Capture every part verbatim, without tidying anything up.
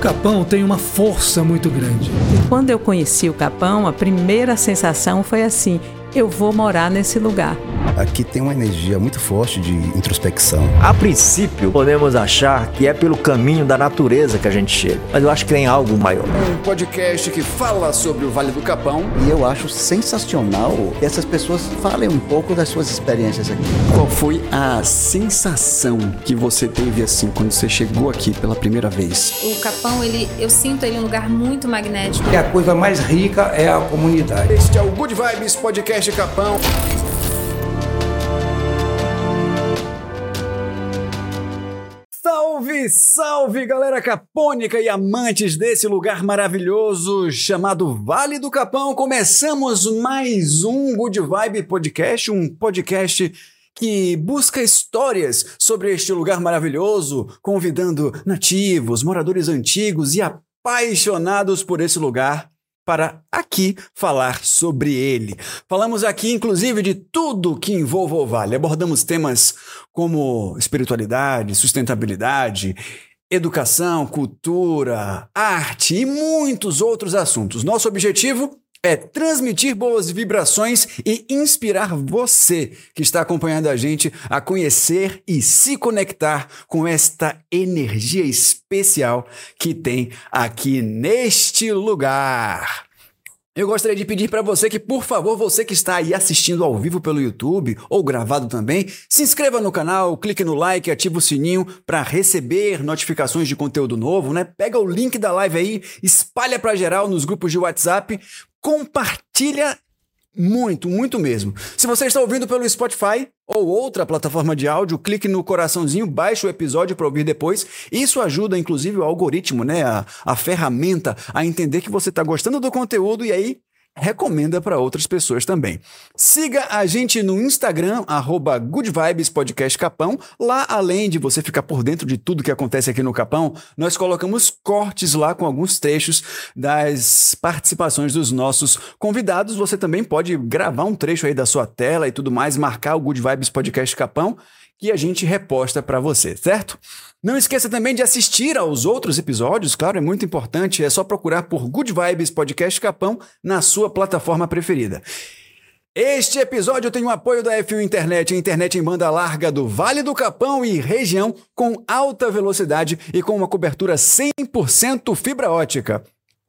Capão tem uma força muito grande. E quando eu conheci o Capão, a primeira sensação foi assim: eu vou morar nesse lugar. Aqui tem uma energia muito forte de introspecção. A princípio, podemos achar que é pelo caminho da natureza que a gente chega, mas eu acho que tem algo maior. Um podcast que fala sobre o Vale do Capão. E eu acho sensacional que essas pessoas falem um pouco das suas experiências aqui. Qual foi a sensação que você teve assim quando você chegou aqui pela primeira vez? O Capão, ele, eu sinto ele um lugar muito magnético. E a coisa mais rica é a comunidade. Este é o Good Vibes Podcast Capão. Salve, salve, galera capônica e amantes desse lugar maravilhoso chamado Vale do Capão. Começamos mais um Good Vibe Podcast, um podcast que busca histórias sobre este lugar maravilhoso, convidando nativos, moradores antigos e apaixonados por esse lugar para aqui falar sobre ele. Falamos aqui, inclusive, de tudo que envolve o Vale. Abordamos temas como espiritualidade, sustentabilidade, educação, cultura, arte e muitos outros assuntos. Nosso objetivo é transmitir boas vibrações e inspirar você que está acompanhando a gente a conhecer e se conectar com esta energia especial que tem aqui neste lugar. Eu gostaria de pedir para você que, por favor, você que está aí assistindo ao vivo pelo YouTube ou gravado também, se inscreva no canal, clique no like, ative o sininho para receber notificações de conteúdo novo, né? Pega o link da live aí, espalha para geral nos grupos de WhatsApp, compartilha muito, muito mesmo. Se você está ouvindo pelo Spotify ou outra plataforma de áudio, clique no coraçãozinho, baixe o episódio para ouvir depois. Isso ajuda, inclusive, o algoritmo, né, a, a ferramenta a entender que você está gostando do conteúdo e aí recomenda para outras pessoas também. Siga a gente no Instagram, arroba Good Vibes Podcast Capão. Lá, além de você ficar por dentro de tudo que acontece aqui no Capão, nós colocamos cortes lá com alguns trechos das participações dos nossos convidados. Você também pode gravar um trecho aí da sua tela e tudo mais, marcar o Good Vibes Podcast Capão, que a gente reposta para você, certo? Não esqueça também de assistir aos outros episódios, claro, é muito importante, é só procurar por Good Vibes Podcast Capão na sua plataforma preferida. Este episódio tem o apoio da F um Internet, a internet em banda larga do Vale do Capão e região, com alta velocidade e com uma cobertura cem por cento fibra ótica.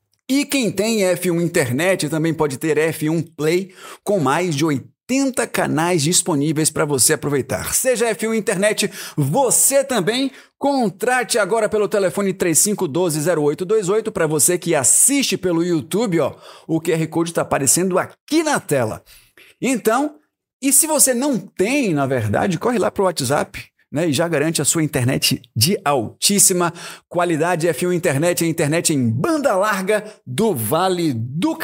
E quem tem F um Internet também pode ter F um Play, com mais de oitenta canais disponíveis para você aproveitar. Seja F um Internet, você também contrate agora pelo telefone três cinco um dois zero oito dois oito. Para você que assiste pelo YouTube, ó, o Q R Code está aparecendo aqui na tela. Então, e se você não tem, na verdade, corre lá para o WhatsApp, né, e já garante a sua internet de altíssima qualidade. F um Internet, a internet em banda larga do Vale do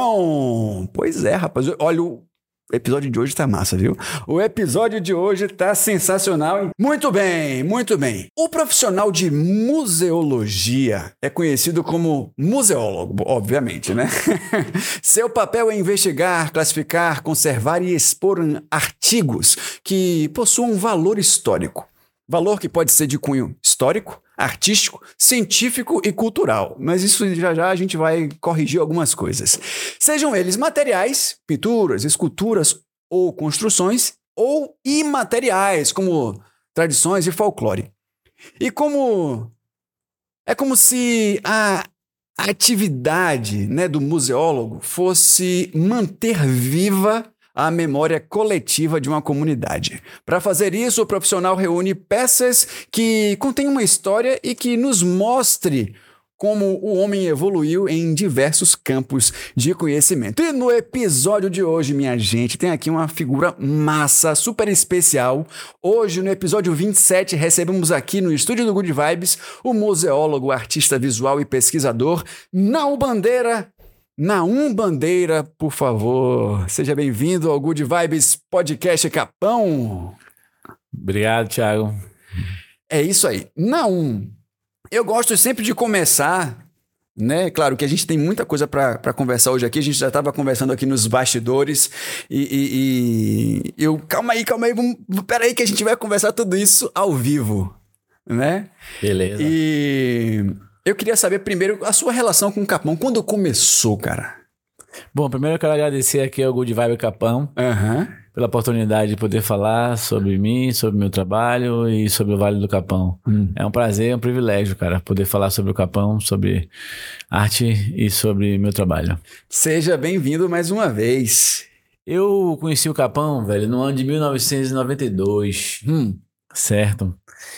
Capão. Pois é, rapaz, olha o O episódio de hoje tá massa, viu? O episódio de hoje tá sensacional. Muito bem, muito bem. O profissional de museologia é conhecido como museólogo, obviamente, né? Seu papel é investigar, classificar, conservar e expor artigos que possuam valor histórico. Valor que pode ser de cunho histórico, artístico, científico e cultural. Mas isso já já a gente vai corrigir algumas coisas. Sejam eles materiais, pinturas, esculturas ou construções, ou imateriais, como tradições e folclore. E como... É como se a atividade, né, do museólogo fosse manter viva a memória coletiva de uma comunidade. Para fazer isso, o profissional reúne peças que contêm uma história e que nos mostre como o homem evoluiu em diversos campos de conhecimento. E no episódio de hoje, minha gente, tem aqui uma figura massa, super especial. Hoje, no episódio vinte e sete, recebemos aqui no estúdio do Good Vibes o museólogo, artista visual e pesquisador Naum Bandeira. Naum Bandeira, por favor, seja bem-vindo ao Good Vibes Podcast Capão. Obrigado, Thiago. É isso aí. Naum, eu gosto sempre de começar, né? Claro que a gente tem muita coisa para conversar hoje aqui, a gente já estava conversando aqui nos bastidores e, e, e eu, calma aí, calma aí, vamos, peraí que a gente vai conversar tudo isso ao vivo, né? Beleza. E Eu queria saber primeiro a sua relação com o Capão. Quando começou, cara? Bom, primeiro eu quero agradecer aqui ao Good Vibe Capão Aham. pela oportunidade de poder falar sobre mim, sobre o meu trabalho e sobre o Vale do Capão. Hum. É um prazer, é um privilégio, cara, poder falar sobre o Capão, sobre arte e sobre meu trabalho. Seja bem-vindo mais uma vez. Eu conheci o Capão, velho, no ano de mil novecentos e noventa e dois, Hum. certo?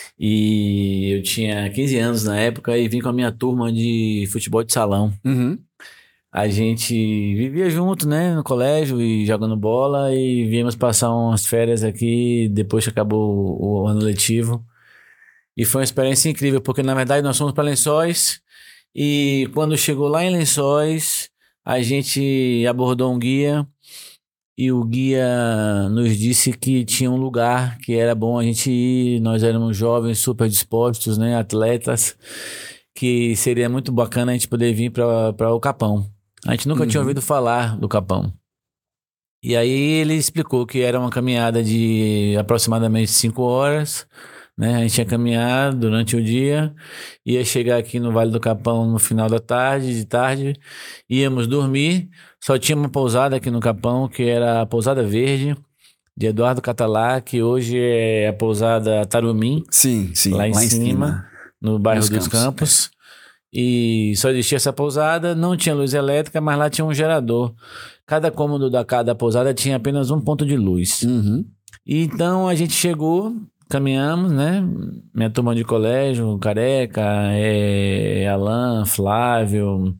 E eu tinha quinze anos na época e vim com a minha turma de futebol de salão. Uhum. A gente vivia junto, né, no colégio e jogando bola e viemos passar umas férias aqui depois que acabou o, o ano letivo. E foi uma experiência incrível, porque na verdade nós fomos para Lençóis e quando chegou lá em Lençóis, a gente abordou um guia e o guia nos disse que tinha um lugar que era bom a gente ir. Nós éramos jovens, super dispostos, né, atletas, que seria muito bacana a gente poder vir para o Capão. A gente nunca uhum. tinha ouvido falar do Capão. E aí ele explicou que era uma caminhada de aproximadamente cinco horas, né? A gente ia caminhar durante o dia, ia chegar aqui no Vale do Capão no final da tarde, de tarde, íamos dormir. Só tinha uma pousada aqui no Capão, que era a Pousada Verde, de Eduardo Catalá, que hoje é a Pousada Tarumim. Sim, sim. Lá em, lá em cima, cima, no bairro nos dos Campos. Campos. E só existia essa pousada, não tinha luz elétrica, mas lá tinha um gerador. Cada cômodo da cada pousada tinha apenas um ponto de luz. Uhum. E então a gente chegou, caminhamos, né? Minha turma de colégio, Careca, é, Alan, Flávio,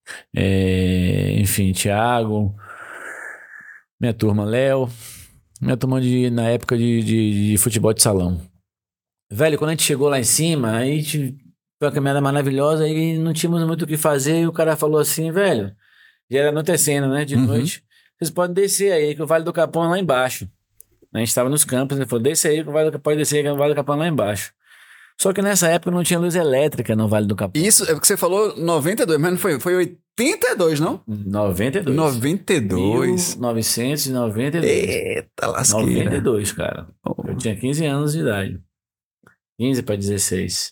é, enfim, Thiago, minha turma, Léo, minha turma de, na época de, de, de futebol de salão. Velho, quando a gente chegou lá em cima, a gente... Foi uma caminhada maravilhosa e não tínhamos muito o que fazer. E o cara falou assim, velho, já era anoitecendo, né, de uhum. noite. Vocês podem descer aí, que o Vale do Capão é lá embaixo. A gente estava nos campos, ele falou, desce aí, que o Vale do Capão, pode descer, que o Vale do Capão é lá embaixo. Só que nessa época não tinha luz elétrica no Vale do Capão. Isso, é porque você falou noventa e dois, mas não foi, foi oitenta e dois, não? noventa e dois. noventa e dois. mil novecentos e noventa e dois. Eita lasqueira. noventa e dois, cara. Oh. Eu tinha quinze anos de idade. quinze para dezesseis.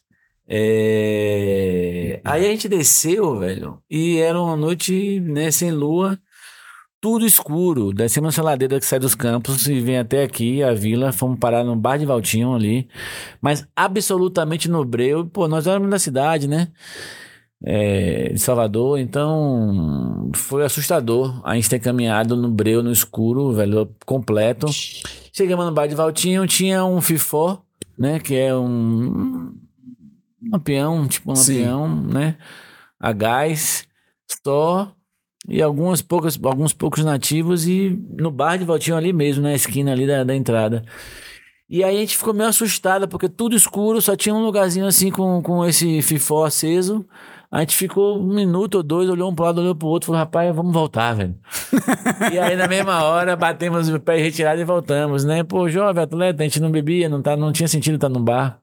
É... Aí a gente desceu, velho, e era uma noite, né, sem lua, tudo escuro. Descemos a ladeira que sai dos campos e vem até aqui, a vila. Fomos parar no bar de Valtinho ali, mas absolutamente no breu. Pô, nós éramos da cidade, né, é, de Salvador, então foi assustador a gente ter caminhado no breu, no escuro, velho, completo. Chegamos no bar de Valtinho, tinha um fifó, né, que é um... um lampião, tipo um lampião, né? A gás, só, e algumas poucas, alguns poucos nativos, e no bar de Valtinho ali mesmo, na esquina ali da, da entrada. E aí a gente ficou meio assustada, porque tudo escuro, só tinha um lugarzinho assim com, com esse fifó aceso. A gente ficou um minuto ou dois, olhou um pro lado, olhou pro outro, falou, rapaz, vamos voltar, velho. E aí na mesma hora, batemos o pé retirado e voltamos, né? Pô, jovem atleta, a gente não bebia, não, tá, não tinha sentido estar no bar.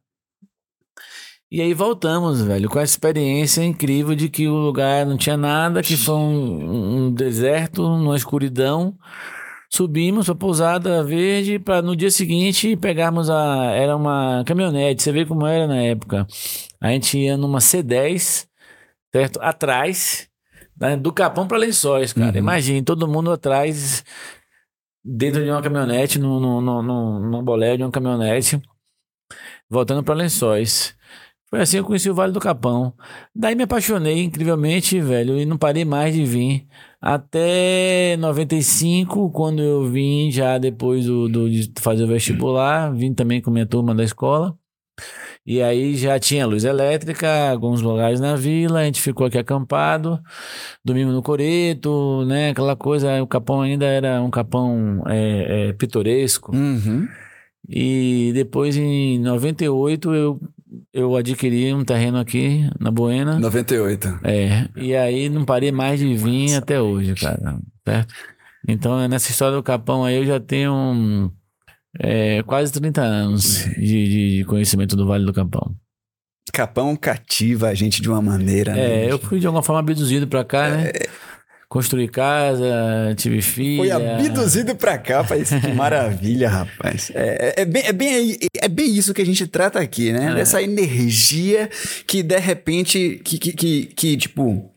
E aí voltamos, velho, com a experiência incrível de que o lugar não tinha nada, que foi um, um deserto, numa escuridão. Subimos para a Pousada Verde para no dia seguinte pegarmos a... Era uma caminhonete, você vê como era na época. A gente ia numa C dez, certo? Atrás, né? Do Capão para Lençóis, cara. Uhum. Imagine, todo mundo atrás, dentro de uma caminhonete, no, no, no, no, no bolé de uma caminhonete, voltando para Lençóis. Foi assim que eu conheci o Vale do Capão. Daí me apaixonei incrivelmente, velho, e não parei mais de vir. Até noventa e cinco, quando eu vim já depois do, do, de fazer o vestibular, vim também com minha turma da escola. E aí já tinha luz elétrica, alguns lugares na vila, a gente ficou aqui acampado, dormimos no coreto, né, aquela coisa, o Capão ainda era um Capão é, é, pitoresco. Uhum. E depois em noventa e oito eu Eu adquiri um terreno aqui na Buena. noventa e oito. É. E aí não parei mais de vir até hoje, cara. Certo? Então, nessa história do Capão aí, eu já tenho é, quase trinta anos de, de conhecimento do Vale do Capão. Capão cativa a gente de uma maneira, É, né? eu fui de alguma forma abduzido pra cá, né? É... construí casa, tive filha. Foi abduzido pra cá, rapaz. Que maravilha, rapaz. É, é, bem, é, bem, é bem isso que a gente trata aqui, né? É. Dessa energia que, de repente, que, que, que, que tipo...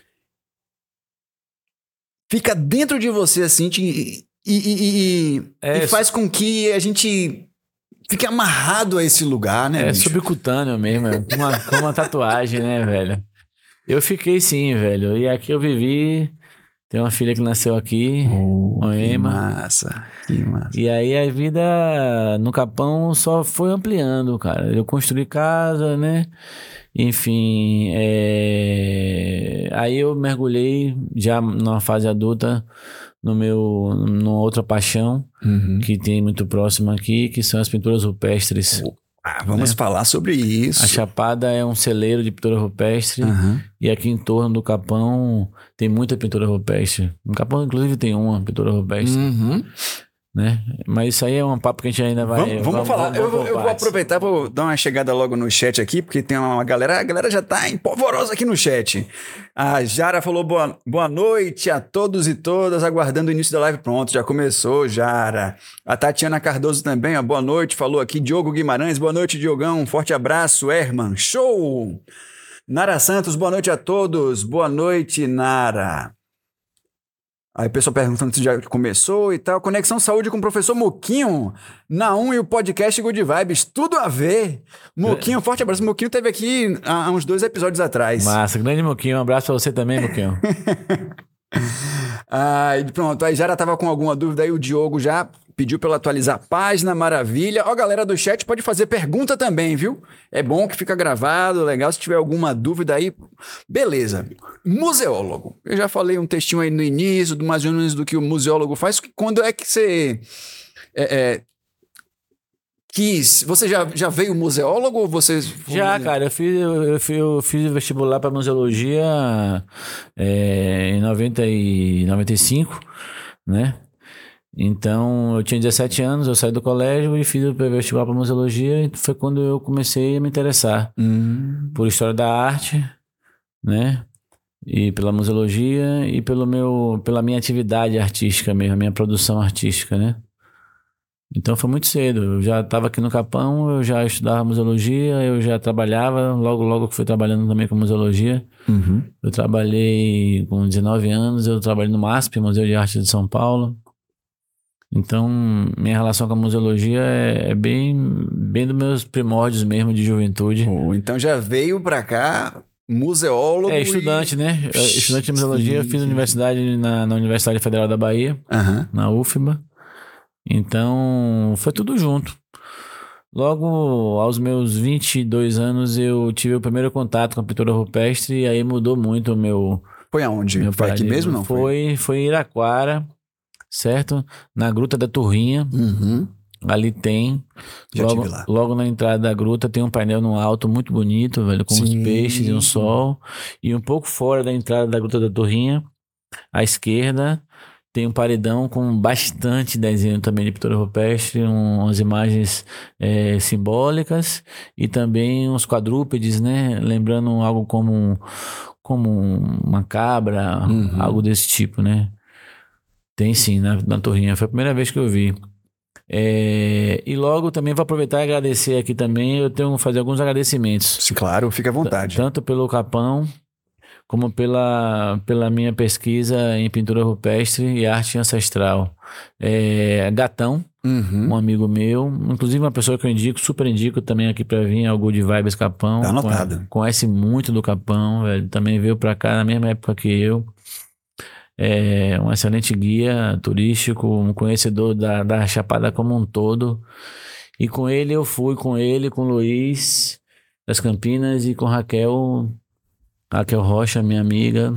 fica dentro de você, assim, te, e, e, e, É, e faz com que a gente fique amarrado a esse lugar, né, É bicho? subcutâneo mesmo, é com uma, com uma tatuagem, né, velho? Eu fiquei sim, velho. E aqui eu vivi. Tem uma filha que nasceu aqui, Oh, que Moema. massa, que massa. E aí a vida no Capão só foi ampliando, cara. Eu construí casa, né? Enfim, é... aí eu mergulhei já na fase adulta no meu, numa outra paixão Uhum. que tem muito próximo aqui, que são as pinturas rupestres. Ah, vamos falar sobre isso. A Chapada é um celeiro de pintura rupestre. Uhum. E aqui em torno do Capão tem muita pintura rupestre. No Capão, inclusive, tem uma pintura rupestre, Uhum. né? Mas isso aí é um papo que a gente ainda vai... Vamos, vamos falar. eu, vou, por eu vou partes. aproveitar, vou dar uma chegada logo no chat aqui, porque tem uma galera, a galera já tá empolvorosa aqui no chat. A Jara falou boa, boa noite a todos e todas, aguardando o início da live. Pronto, já começou, Jara. A Tatiana Cardoso também, ó, boa noite, falou aqui. Diogo Guimarães, boa noite, Diogão, um forte abraço. Herman, show! Nara Santos, boa noite a todos. Boa noite, Nara. Aí o pessoal perguntando se já começou e tal. Conexão Saúde com o professor Moquinho. Naum e o podcast Good Vibes. Tudo a ver. Moquinho, forte abraço. Moquinho teve aqui há há uns dois episódios atrás. Massa, grande Moquinho. Um abraço pra você também, Moquinho. Ah, e pronto. Aí já tava com alguma dúvida aí. O Diogo já pediu pra eu atualizar a página. Maravilha. Ó, galera do chat, pode fazer pergunta também, viu? É bom que fica gravado. Legal. Se tiver alguma dúvida aí, beleza. Museólogo. Eu já falei um textinho aí no início, do mais ou menos do que o museólogo faz. Quando é que você é, é, quis? Você já, já veio museólogo ou você... Já, cara, eu fiz, eu, eu fiz, eu fiz vestibular pra museologia é, em noventa e noventa e cinco, né? Então, eu tinha dezessete anos, eu saí do colégio e fiz o vestibular pra museologia e foi quando eu comecei a me interessar Hum. por história da arte, né? E pela museologia e pelo meu, pela minha atividade artística mesmo, a minha produção artística, né? Então foi muito cedo, eu já estava aqui no Capão, eu já estudava museologia, eu já trabalhava, logo logo que fui trabalhando também com museologia. Uhum. Eu trabalhei com dezenove anos, eu trabalhei no MASP, Museu de Arte de São Paulo. Então, minha relação com a museologia é, é bem, bem dos meus primórdios mesmo de juventude. Oh, então já veio pra cá museólogo. É, estudante, e... né? É, Estudante de museologia, eu fiz universidade na, na Universidade Federal da Bahia, Aham. na U F B A. Então, foi tudo junto. Logo aos meus vinte e dois anos, eu tive o primeiro contato com a pintura rupestre e aí mudou muito o meu, Foi aonde? meu Foi aqui paradigma. mesmo, não? Foi, foi em Iraquara, certo? Na Gruta da Turrinha. Uhum. Ali tem, Já logo, tive lá. logo na entrada da gruta tem um painel no alto muito bonito, velho, com Sim. os peixes e um sol. E um pouco fora da entrada da Gruta da Torrinha, à esquerda, tem um paredão com bastante desenho também de pintura rupestre, um, umas imagens é, simbólicas e também uns quadrúpedes, né? Lembrando algo como, como uma cabra, Uhum. algo desse tipo, né? Tem sim, na, na Torrinha. Foi a primeira vez que eu vi. É, e logo também vou aproveitar e agradecer aqui também. Eu tenho que fazer alguns agradecimentos. Sim, claro, fica à vontade. Tanto pelo Capão, como pela, pela minha pesquisa em pintura rupestre e arte ancestral. É, Gatão, Uhum. um amigo meu, inclusive uma pessoa que eu indico, super indico também aqui pra vir, é o Good Vibes Capão. Tá anotado. Conhe- Conhece muito do Capão, velho. Também veio pra cá na mesma época que eu. É um excelente guia turístico, um conhecedor da, da Chapada como um todo. E com ele eu fui, com ele, com o Luiz das Campinas e com Raquel, Raquel Rocha, minha amiga.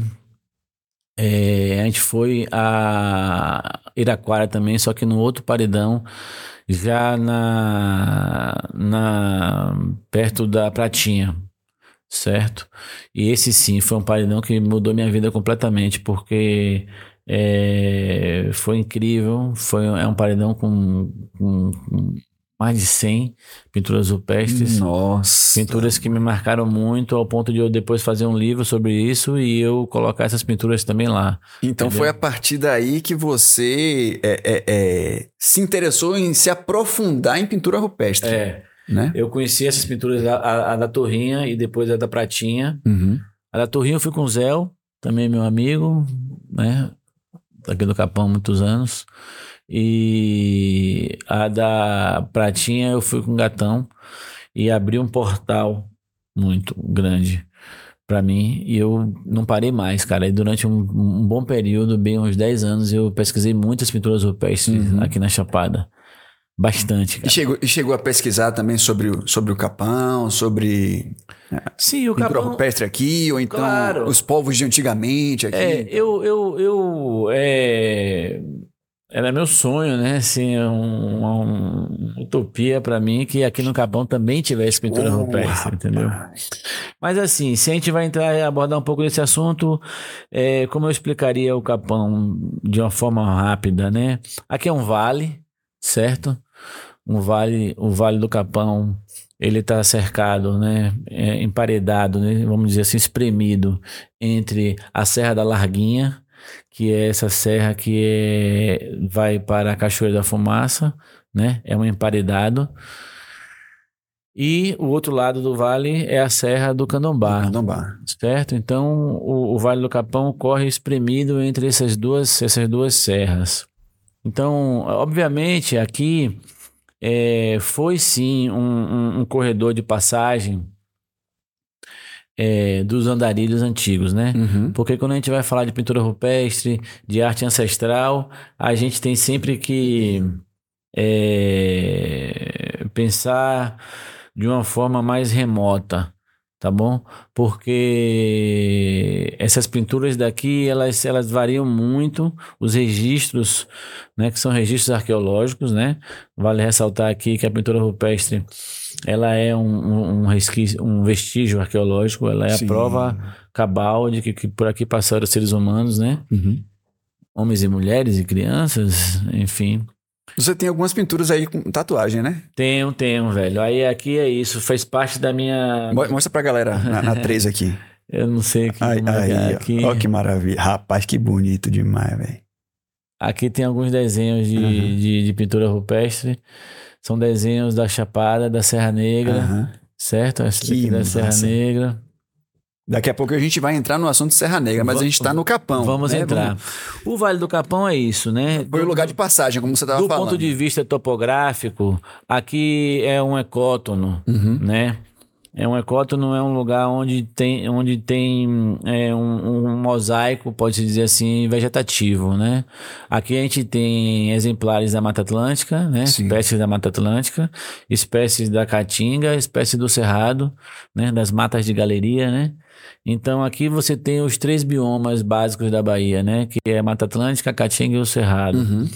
É, a gente foi a Iraquara também, só que no outro paredão, já na, na perto da Pratinha. Certo? E esse sim foi um paredão que mudou minha vida completamente, porque é, foi incrível, foi, é um paredão com, com, com mais de cem pinturas rupestres. Nossa. Pinturas que me marcaram muito ao ponto de eu depois fazer um livro sobre isso e eu colocar essas pinturas também lá. Então entendeu? foi a partir daí que você é, é, é, se interessou em se aprofundar em pintura rupestre. É. Né? Eu conheci essas pinturas, a, a, a da Torrinha e depois a da Pratinha. Uhum. A da Torrinha eu fui com o Zé, também meu amigo, né? Aqui do Capão há muitos anos. E a da Pratinha eu fui com o Gatão e abri um portal muito grande pra mim e eu não parei mais, cara. E durante um, um bom período, bem uns dez anos, eu pesquisei muitas pinturas rupestres uhum. aqui na Chapada. Bastante, cara. E chegou, e chegou a pesquisar também sobre o, sobre o Capão, sobre Sim, o pintura Capão rupestre aqui, ou então claro. os povos de antigamente aqui. É, eu... eu, eu é... Era meu sonho, né? Assim, um, uma, uma utopia pra mim que aqui no Capão também tivesse pintura oh, rupestre, entendeu? Mas assim, se a gente vai entrar e abordar um pouco desse assunto, é, como eu explicaria o Capão de uma forma rápida, né? Aqui é um vale, certo? Um vale, o Vale do Capão, ele está cercado, né? É, emparedado, né? Vamos dizer assim, espremido entre a Serra da Larguinha, que é essa serra que é, vai para a Cachoeira da Fumaça, né? É um emparedado. E o outro lado do vale é a Serra do Candombá. Do Candombá. Certo? Então, o, o Vale do Capão corre espremido entre essas duas, essas duas serras. Então, obviamente, aqui é, foi sim um, um, um corredor de passagem É, dos andarilhos antigos, né? Uhum. Porque quando a gente vai falar de pintura rupestre, de arte ancestral, a gente tem sempre que é, pensar de uma forma mais remota, tá bom? Porque essas pinturas daqui, elas, elas variam muito, os registros, né, que são registros arqueológicos, né? Vale ressaltar aqui que a pintura rupestre ela é um, um, um, resquício, um vestígio arqueológico, ela é Sim. a prova cabal de que, que por aqui passaram seres humanos, né? Uhum. Homens e mulheres e crianças, enfim. Você tem algumas pinturas aí com tatuagem, né? Tenho, tenho, velho. Aí aqui é isso, faz parte da minha... Mostra pra galera na, na três aqui. Eu não sei aqui. Aí, aí, é aqui. Ó, que maravilha. Rapaz, que bonito demais, velho. Aqui tem alguns desenhos de, uhum. de, de pintura rupestre. São desenhos da Chapada, da Serra Negra, uhum. certo? Essa daqui da Serra Negra. Daqui a pouco a gente vai entrar no assunto de Serra Negra, mas v- a gente está no Capão. Vamos né? entrar. Vamos... O Vale do Capão é isso, né? Foi o lugar de passagem, como você estava falando. Do ponto de vista topográfico, aqui é um ecótono, uhum. né? É um ecótono, é um lugar onde tem, onde tem é, um, um mosaico, pode-se dizer assim, vegetativo, né? Aqui a gente tem exemplares da Mata Atlântica, né? Sim. Espécies da Mata Atlântica, espécies da Caatinga, espécies do Cerrado, né? Das matas de galeria, né? Então aqui você tem os três biomas básicos da Bahia, né? Que é a Mata Atlântica, a Caatinga e o Cerrado. Uhum.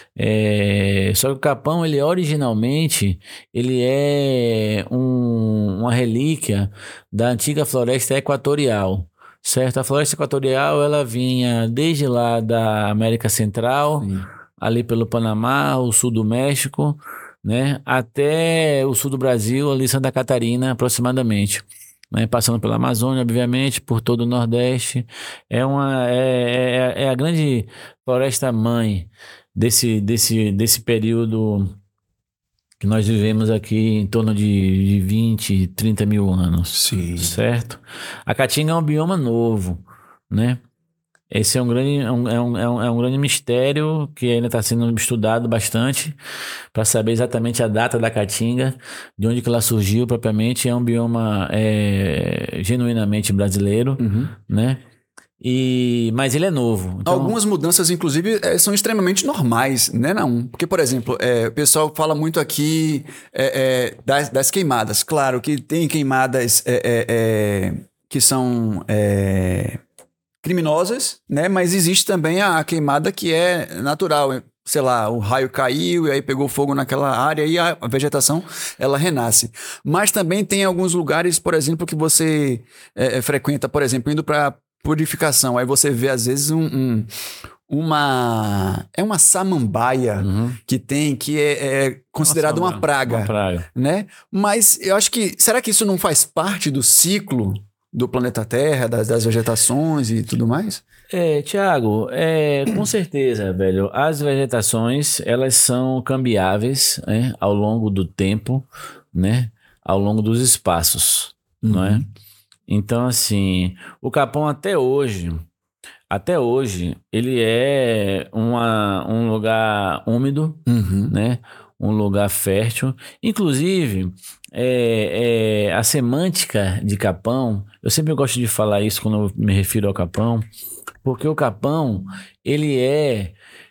É... Só que o Capão, ele originalmente, ele é um, uma relíquia da antiga floresta equatorial, certo? A floresta equatorial, ela vinha desde lá da América Central, Sim. ali pelo Panamá, o sul do México, né? Até o sul do Brasil, ali Santa Catarina, aproximadamente. Né, passando pela Amazônia, obviamente, por todo o Nordeste. É, uma, é, é, é a grande floresta mãe desse, desse, desse período que nós vivemos aqui em torno de, de vinte, trinta mil anos. Sim. Certo? A Caatinga é um bioma novo, né? Esse é um grande, é um, é um, é um grande mistério que ainda está sendo estudado bastante para saber exatamente a data da Caatinga, de onde que ela surgiu propriamente. É um bioma é, genuinamente brasileiro, uhum. né? E, mas ele é novo. Então... Algumas mudanças, inclusive, é, são extremamente normais, né? Não? Porque, por exemplo, é, o pessoal fala muito aqui é, é, das, das queimadas. Claro que tem queimadas é, é, é, que são... É, criminosas, né? Mas existe também a queimada que é natural. Sei lá, o raio caiu e aí pegou fogo naquela área e a vegetação, ela renasce. Mas também tem alguns lugares, por exemplo, que você é, frequenta, por exemplo, indo para purificação. Aí você vê, às vezes, um, um, uma é uma samambaia Uhum. que tem que é, é considerada uma, Nossa, praga, Uma praga. né? Mas eu acho que será que isso não faz parte do ciclo do planeta Terra, das, das vegetações e tudo mais? É, Thiago, é, com certeza, velho. As vegetações, elas são cambiáveis, né, ao longo do tempo, né? Ao longo dos espaços, não é? Então, assim, o Capão até hoje, até hoje, ele é uma, um lugar úmido, Uhum. né? Um lugar fértil. Inclusive, é, é, a semântica de Capão, eu sempre gosto de falar isso quando eu me refiro ao Capão, porque o Capão, ele é,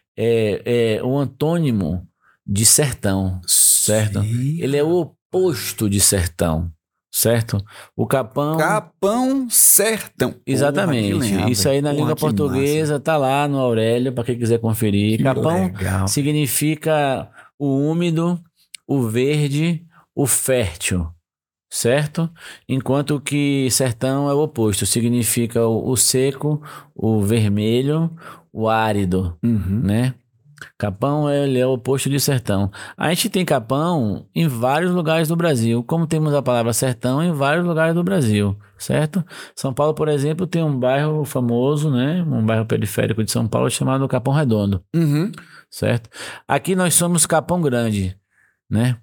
é, é o antônimo de sertão, certo? Sim. Ele é o oposto de sertão, certo? O Capão... Capão Sertão. Exatamente. Porra, que legal, Isso aí na velho. língua Porra, que portuguesa tá lá no Aurélio, para quem quiser conferir. Que Capão legal. significa o úmido, o verde, o fértil, certo? Enquanto que sertão é o oposto, significa o, o seco, o vermelho, o árido, Uhum. né? Capão ele é o oposto de sertão. A gente tem capão em vários lugares do Brasil, como temos a palavra sertão em vários lugares do Brasil, certo? São Paulo, por exemplo, tem um bairro famoso, né? Um bairro periférico de São Paulo chamado Capão Redondo, Uhum. certo? Aqui nós somos Capão Grande, né?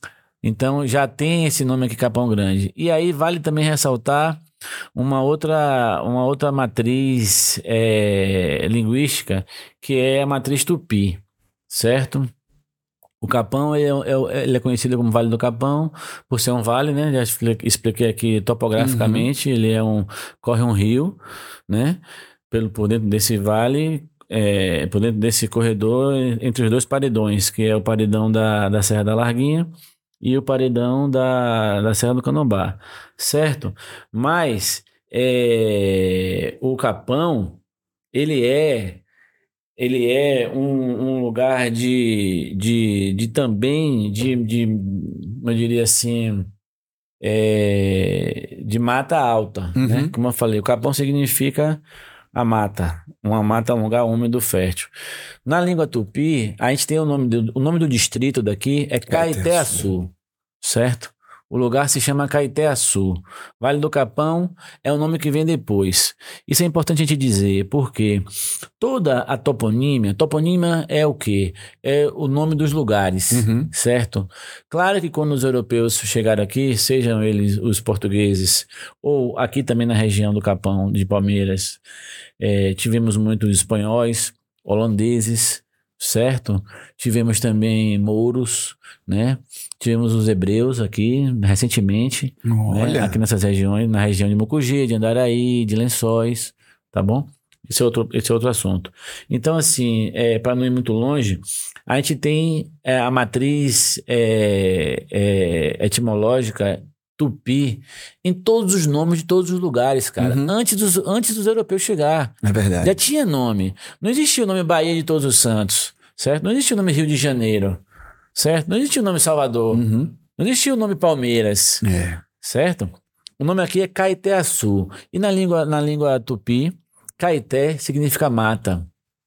Então já tem esse nome aqui, Capão Grande. E aí vale também ressaltar uma outra, uma outra matriz é, linguística, que é a matriz tupi, certo? O Capão ele é, ele é conhecido como Vale do Capão por ser um vale, né? Já expliquei aqui topograficamente. Uhum. Ele é um corre um rio, né? Pelo por dentro desse vale, é, por dentro desse corredor entre os dois paredões, que é o paredão da, da Serra da Larguinha e o paredão da, da Serra do Canombá, certo? Mas é, o Capão, ele é ele é um, um lugar de, de, de também, de, de, eu diria assim, é, de mata alta, uhum. né? Como eu falei, o Capão significa a mata, uma mata, um lugar úmido, fértil. Na língua tupi, a gente tem o nome do, o nome do distrito daqui é Caeté-Açu, certo? O lugar se chama Caeté-Açu. Vale do Capão é o nome que vem depois. Isso é importante a gente dizer, porque toda a toponímia, toponímia é o quê? É o nome dos lugares, uhum. certo? Claro que quando os europeus chegaram aqui, sejam eles os portugueses, ou aqui também na região do Capão, de Palmeiras, é, tivemos muitos espanhóis, holandeses, certo? Tivemos também mouros, né? Tivemos os hebreus aqui, recentemente, né? Aqui nessas regiões, na região de Mucugê, de Andaraí, de Lençóis, tá bom? Esse é outro, esse é outro assunto. Então, assim, é, para não ir muito longe, a gente tem é, a matriz é, é, etimológica tupi em todos os nomes de todos os lugares, cara. Uhum. Antes, dos, antes dos europeus chegar. É verdade. Já tinha nome. Não existia o nome Bahia de Todos os Santos, certo? Não existia o nome Rio de Janeiro, certo? Não existia o nome Salvador. Uhum. Não existia o nome Palmeiras, é. certo? O nome aqui é Caeté-Açu. E na língua, na língua tupi, Caeté significa mata.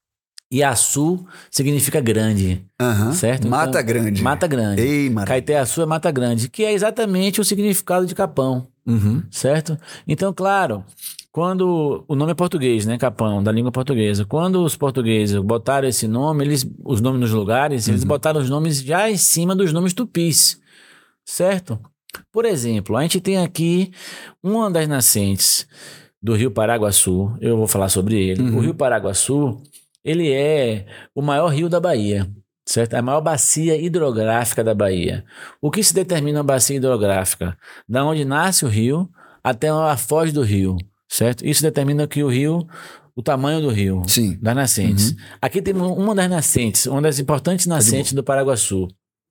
E Açu significa grande, uhum. certo? Mata então, grande. Mata grande. Ei, Caeté-Açu é mata grande, que é exatamente o significado de Capão, uhum. certo? Então, claro, quando o nome é português, né, Capão, da língua portuguesa, quando os portugueses botaram esse nome, eles, os nomes nos lugares, uhum. eles botaram os nomes já em cima dos nomes tupis, certo? Por exemplo, a gente tem aqui uma das nascentes do Rio Paraguaçu, eu vou falar sobre ele. Uhum. O Rio Paraguaçu, ele é o maior rio da Bahia, certo? A maior bacia hidrográfica da Bahia. O que se determina a bacia hidrográfica? Da onde nasce o rio até a foz do rio, certo? Isso determina que o rio, o tamanho do rio, Sim. das nascentes. Uhum. Aqui temos uma das nascentes, uma das importantes nascentes do Paraguaçu,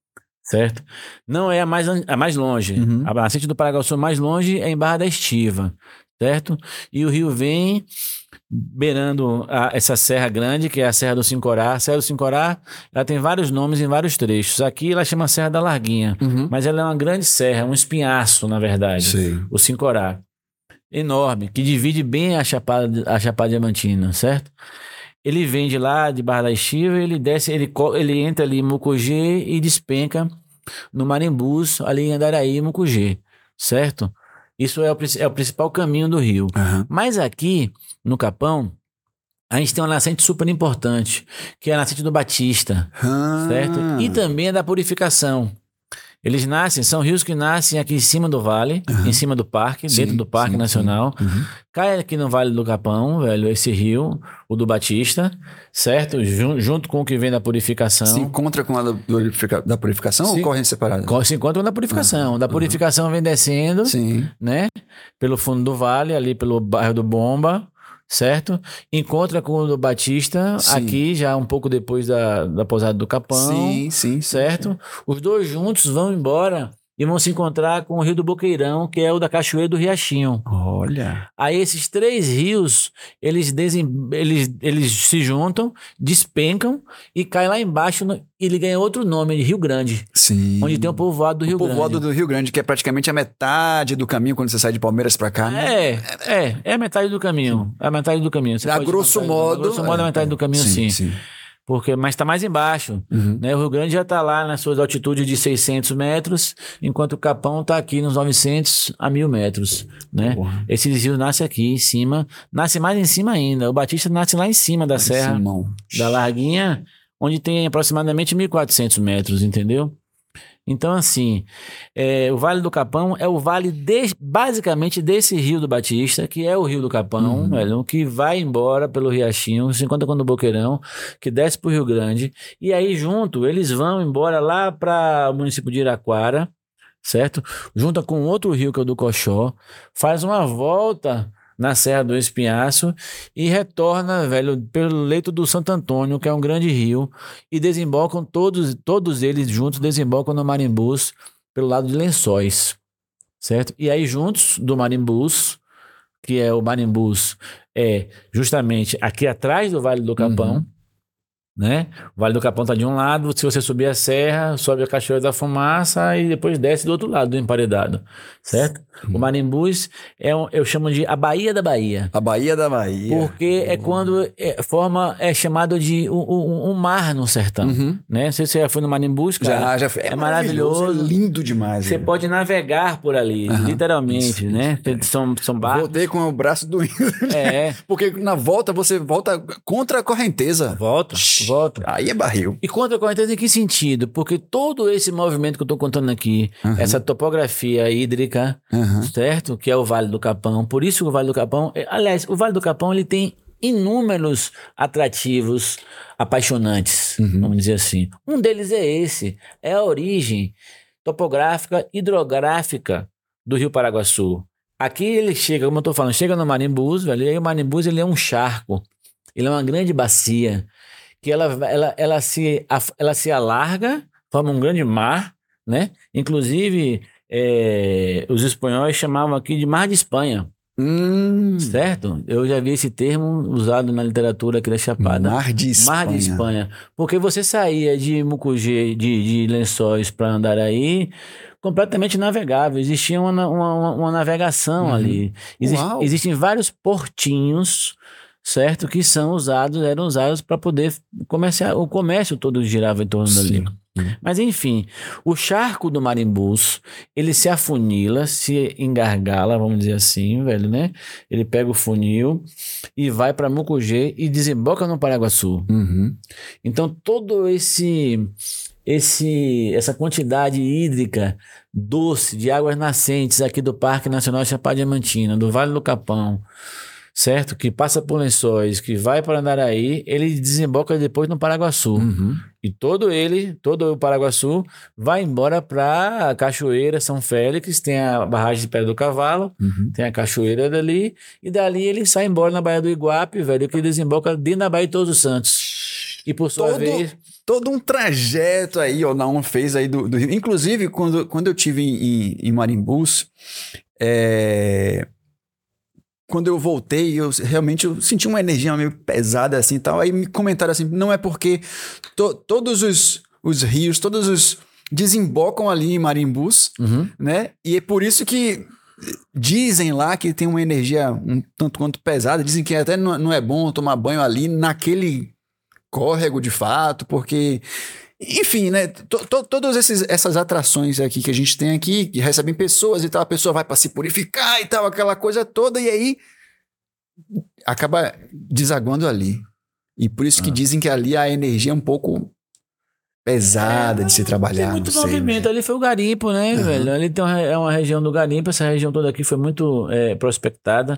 certo? Não é a mais, a mais longe. Uhum. A nascente do Paraguaçu mais longe é em Barra da Estiva, certo? E o rio vem beirando a, essa serra grande, que é a Serra do Sincorá. A Serra do Sincorá, ela tem vários nomes em vários trechos. Aqui ela chama Serra da Larguinha, uhum. mas ela é uma grande serra, um espinhaço, na verdade. Sim. O Sincorá. Enorme, que divide bem a Chapada, a Chapada Diamantina, certo? ele vem de lá, de Barra da Estiva, ele desce, ele, ele entra ali em Mucugê e despenca no Marimbus, ali em Andaraí, Mucugê, certo? Isso é o, é o principal caminho do rio. Uhum. Mas aqui, no Capão, a gente tem uma nascente super importante, que é a nascente do Batista, Ah. certo? E também é da Purificação. Eles nascem, são rios que nascem aqui em cima do vale, Uhum. em cima do parque, Sim, dentro do Parque sim, Nacional. sim. Uhum. Cai aqui no Vale do Capão, velho, esse rio, o do Batista, certo? Jun- junto com o que vem da Purificação. Se encontra com a da, purifica- da purificação Sim. ou correm separadas? Co- Se encontra na Purificação. Da Purificação vem descendo, Sim. né? Pelo fundo do vale, ali pelo bairro do Bomba, certo? Encontra com o do Batista, Sim. aqui já um pouco depois da, da pousada do Capão, Sim, sim, sim. certo? Os dois juntos vão embora e vão se encontrar com o Rio do Boqueirão, que é o da Cachoeira do Riachinho. Olha. Aí esses três rios, eles, desem... eles, eles se juntam, despencam e caem lá embaixo no... e ele ganha outro nome, de Rio Grande, Sim. onde tem o povoado do Rio o povoado Grande. do Rio Grande, que é praticamente a metade do caminho quando você sai de Palmeiras pra cá, né? É, é, é a metade do caminho. É a metade do caminho. Você A pode grosso contar, modo. A grosso modo é a metade do caminho, sim. sim. Porque, mas está mais embaixo. Uhum. Né? O Rio Grande já está lá nas suas altitudes de seiscentos metros, enquanto o Capão está aqui nos novecentos a mil metros. Né? Porra. Esses rios nascem aqui em cima, nasce mais em cima ainda. O Batista nasce lá em cima da serra, Simão. da Larguinha, onde tem aproximadamente mil e quatrocentos metros, entendeu? Então, assim, é, o Vale do Capão é o vale de, basicamente desse rio do Batista, que é o rio do Capão, Uhum. velho, que vai embora pelo Riachinho, se encontra com o Boqueirão, que desce pro Rio Grande, e aí junto eles vão embora lá para o município de Iraquara, certo? Junta com outro rio que é o do Coxó, faz uma volta na Serra do Espinhaço e retorna, velho, pelo leito do Santo Antônio, que é um grande rio, e desembocam todos, todos eles juntos, desembocam no Marimbus pelo lado de Lençóis, certo? E aí juntos do Marimbus, que é o Marimbus, é justamente aqui atrás do Vale do Capão, Uhum. né? O Vale do Capão tá de um lado, se você subir a serra, sobe a Cachoeira da Fumaça e depois desce do outro lado do emparedado, certo? O Marimbus é um, eu chamo de a Baía da Bahia. A Baía da Bahia. Porque é quando é, forma, é chamado de um, um, um mar no sertão, Uhum. né? Não sei se você já foi no Marimbus, cara. Já, já foi. É maravilhoso. É lindo demais. Você né? pode navegar por ali, Aham. literalmente, Isso, né? isso. São, são barcos. Voltei com o braço doendo. É, Porque na volta você volta contra a correnteza. volta, volta. Aí é barril. E contra a correnteza em que sentido? Porque todo esse movimento que eu estou contando aqui, Uhum. essa topografia hídrica, Uhum. certo? Que é o Vale do Capão. Por isso que o Vale do Capão... é- Aliás, o Vale do Capão ele tem inúmeros atrativos apaixonantes, Uhum. vamos dizer assim. Um deles é esse. É a origem topográfica, hidrográfica do Rio Paraguaçu. Aqui ele chega, como eu estou falando, chega no Marimbus, velho, e aí o Marimbus ele é um charco. Ele é uma grande bacia que ela, ela, ela, se, ela se alarga, forma um grande mar, né? Inclusive, é, os espanhóis chamavam aqui de Mar de Espanha, Hum. certo? Eu já vi esse termo usado na literatura aqui da Chapada. Mar de Espanha. Mar de Espanha. Porque você saía de Mucugê, de, de Lençóis para Andaraí, completamente navegável. Existia uma, uma, uma navegação Uhum. ali. Existe, Uau. existem vários portinhos, certo? Que são usados, eram usados para poder comerciar. O comércio todo girava em torno Sim. dali. Mas enfim, o charco do Marimbus, ele se afunila, se engargala, vamos dizer assim, velho, né? Ele pega o funil e vai para Mucugê e desemboca no Paraguaçu. Uhum. Então todo esse esse essa quantidade hídrica doce de águas nascentes aqui do Parque Nacional Chapada Diamantina, do Vale do Capão, certo? Que passa por Lençóis, que vai para Andaraí, ele desemboca depois no Paraguaçu. Uhum. E todo ele, todo o Paraguaçu, vai embora para a Cachoeira São Félix, tem a barragem de Pedra do Cavalo, Uhum. tem a cachoeira dali, e dali ele sai embora na Baía do Iguape, velho, que desemboca dentro da Baía de Todos os Santos. E por sua Todo- vez... Todo um trajeto aí, o Naum fez aí do, do Rio. Inclusive, quando, quando eu tive em, em, em Marimbus, é... quando eu voltei, eu realmente eu senti uma energia meio pesada assim e tal. Aí me comentaram assim, não é porque to, todos os, os rios, todos os desembocam ali em Marimbus, Uhum. né? E é por isso que dizem lá que tem uma energia um tanto quanto pesada, dizem que até não, não é bom tomar banho ali naquele córrego de fato, porque... Enfim, né? To, to, todas esses, essas atrações aqui que a gente tem aqui, que recebem pessoas e tal, a pessoa vai para se purificar e tal, aquela coisa toda, e aí acaba desaguando ali. E por isso que ah. dizem que ali a energia é um pouco pesada é, de se trabalhar. Tem muito sei, movimento. Né? Ali foi o garimpo, né, uhum. velho? Ali tem uma, é uma região do garimpo. Essa região toda aqui foi muito é, prospectada.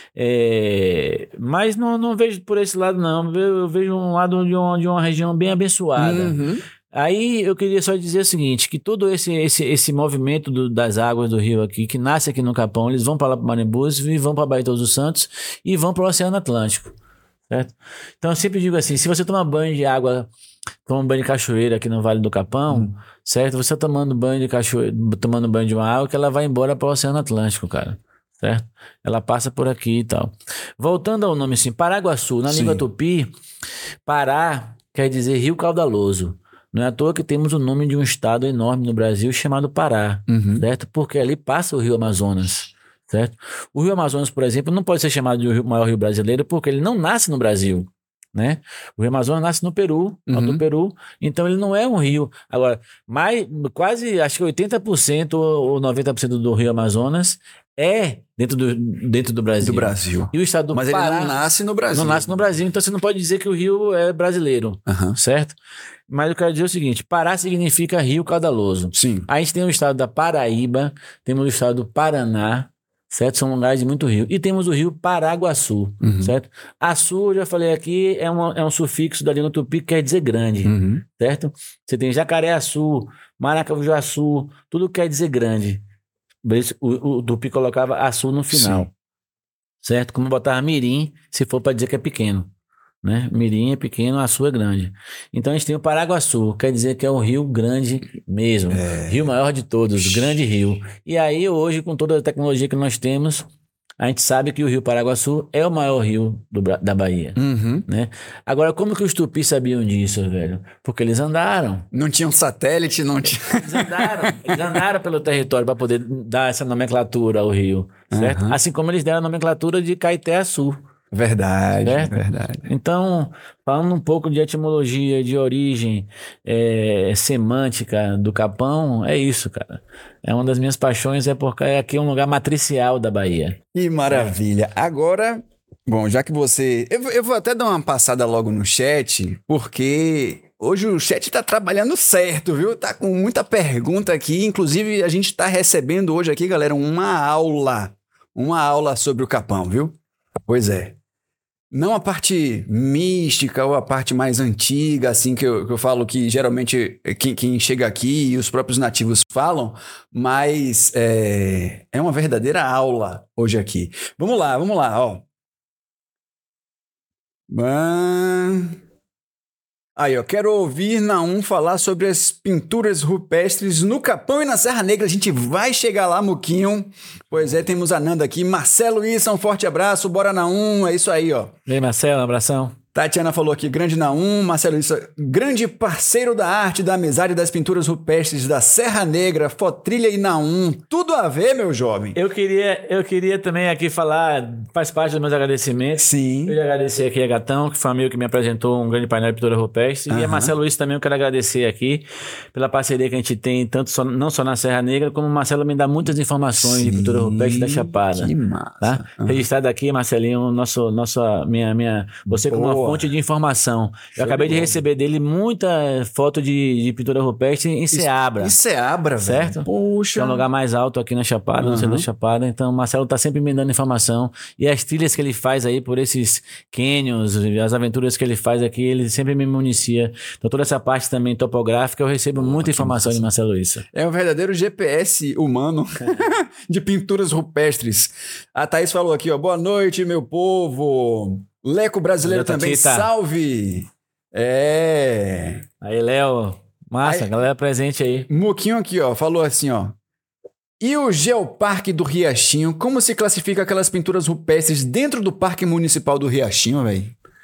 É, mas não, não vejo por esse lado, não. Eu vejo um lado de uma, de uma região bem abençoada. Uhum. Aí eu queria só dizer o seguinte, que todo esse, esse, esse movimento do, das águas do rio aqui, que nasce aqui no Capão, eles vão para lá para Marimbus e vão para Baía de Todos os Santos e vão para o Oceano Atlântico. Certo? Então eu sempre digo assim, se você tomar banho de água, toma banho de cachoeira aqui no Vale do Capão, hum. certo? Você tá tomando banho de cachoeira, tomando banho de uma água que ela vai embora para o Oceano Atlântico, cara. Certo? Ela passa por aqui e tal. Voltando ao nome assim, Paraguaçu, na Sim. língua tupi, Pará quer dizer rio caudaloso. Não é à toa que temos o nome de um estado enorme no Brasil chamado Pará, uhum. certo? Porque ali passa o rio Amazonas. Certo? O rio Amazonas, por exemplo, não pode ser chamado de o maior rio brasileiro porque ele não nasce no Brasil, né? O rio Amazonas nasce no Peru, uhum. do Peru, então ele não é um rio. Agora, mais, quase, acho que oitenta por cento ou noventa por cento do rio Amazonas é dentro do, dentro do Brasil. Do Brasil. E o estado do Mas Pará... ele não nasce no Brasil. Não nasce no Brasil, então você não pode dizer que o rio é brasileiro, uhum. certo? Mas eu quero dizer o seguinte, Pará significa rio caudaloso. Sim. Aí a gente tem o estado da Paraíba, temos o estado do Paraná, certo? São lugares de muito rio. E temos o rio Paraguaçu, uhum. certo? Açu, eu já falei aqui, é, uma, é um sufixo da língua tupi que quer dizer grande, uhum. certo? Você tem Jacareaçu, Maracajuaçu, tudo quer dizer grande. O, o tupi colocava açu no final, Sim. certo? Como botava mirim, se for para dizer que é pequeno. Né? Mirim é pequeno, Açu é grande. Então a gente tem o Paraguaçu, quer dizer que é o rio grande mesmo, é. rio maior de todos, grande rio. E aí hoje, com toda a tecnologia que nós temos, a gente sabe que o rio Paraguaçu é o maior rio do, da Bahia. Uhum. Né? Agora, como que os tupis sabiam disso, velho? Porque eles andaram. Não tinha um satélite, não tinha... Eles andaram, eles andaram pelo território para poder dar essa nomenclatura ao rio, certo? Uhum. Assim como eles deram a nomenclatura de Caeté-Açu. Verdade, certo? verdade. Então, falando um pouco de etimologia, de origem, é, semântica do Capão, é isso, cara. É uma das minhas paixões, é porque aqui é um lugar matricial da Bahia. Que maravilha. É. Agora, bom, já que você... Eu, eu vou até dar uma passada logo no chat, porque hoje o chat tá trabalhando certo, viu? Tá com muita pergunta aqui, inclusive a gente tá recebendo hoje aqui, galera, uma aula. Uma aula sobre o Capão, viu? Pois é. Não a parte mística ou a parte mais antiga, assim, que eu, que eu falo que geralmente quem, quem chega aqui e os próprios nativos falam, mas é, é uma verdadeira aula hoje aqui. Vamos lá, vamos lá, ó. Aí, eu quero ouvir Naum falar sobre as pinturas rupestres no Capão e na Serra Negra. A gente vai chegar lá, Muquinho. Pois é, temos a Nanda aqui. Marcelo Issa, um forte abraço. Bora, Naum. É isso aí, ó. E aí, Marcelo, um abração. Tatiana falou aqui, grande Naum, Marcelo Issa, grande parceiro da arte, da amizade das pinturas rupestres da Serra Negra, Fotrilha e Naum. Tudo a ver, meu jovem. Eu queria, eu queria também aqui falar, faz parte dos meus agradecimentos. Sim. Eu queria agradecer aqui a Gatão, que foi um amigo que me apresentou um grande painel de pintura rupestre. Uhum. E a Marcelo Issa também eu quero agradecer aqui pela parceria que a gente tem, tanto só, não só na Serra Negra, como o Marcelo me dá muitas informações Sim. de pintura rupestre da Chapada. Que massa. Tá? Uhum. Registrado aqui, Marcelinho, nosso, nossa, minha, minha, você Boa. como uma fonte de informação. Eu Show acabei de, de receber dele muita foto de, de pintura rupestre em Ceabra. Em Ceabra, certo? Velho. Poxa. É um lugar mais alto aqui na Chapada, uhum. no centro da Chapada. Então, o Marcelo tá sempre me dando informação. E as trilhas que ele faz aí por esses canyons, as aventuras que ele faz aqui, ele sempre me municia. Então, toda essa parte também topográfica, eu recebo muita informação de Marcelo Issa. É um verdadeiro G P S humano de pinturas rupestres. A Thaís falou aqui, ó. Boa noite, meu povo. Leco brasileiro Valeu, também, Tita. Salve! É. Aí, Léo, massa, aí, galera presente aí. Muquinho aqui, ó, falou assim, ó. E o Geoparque do Riachinho, como se classifica aquelas pinturas rupestres dentro do Parque Municipal do Riachinho, velho?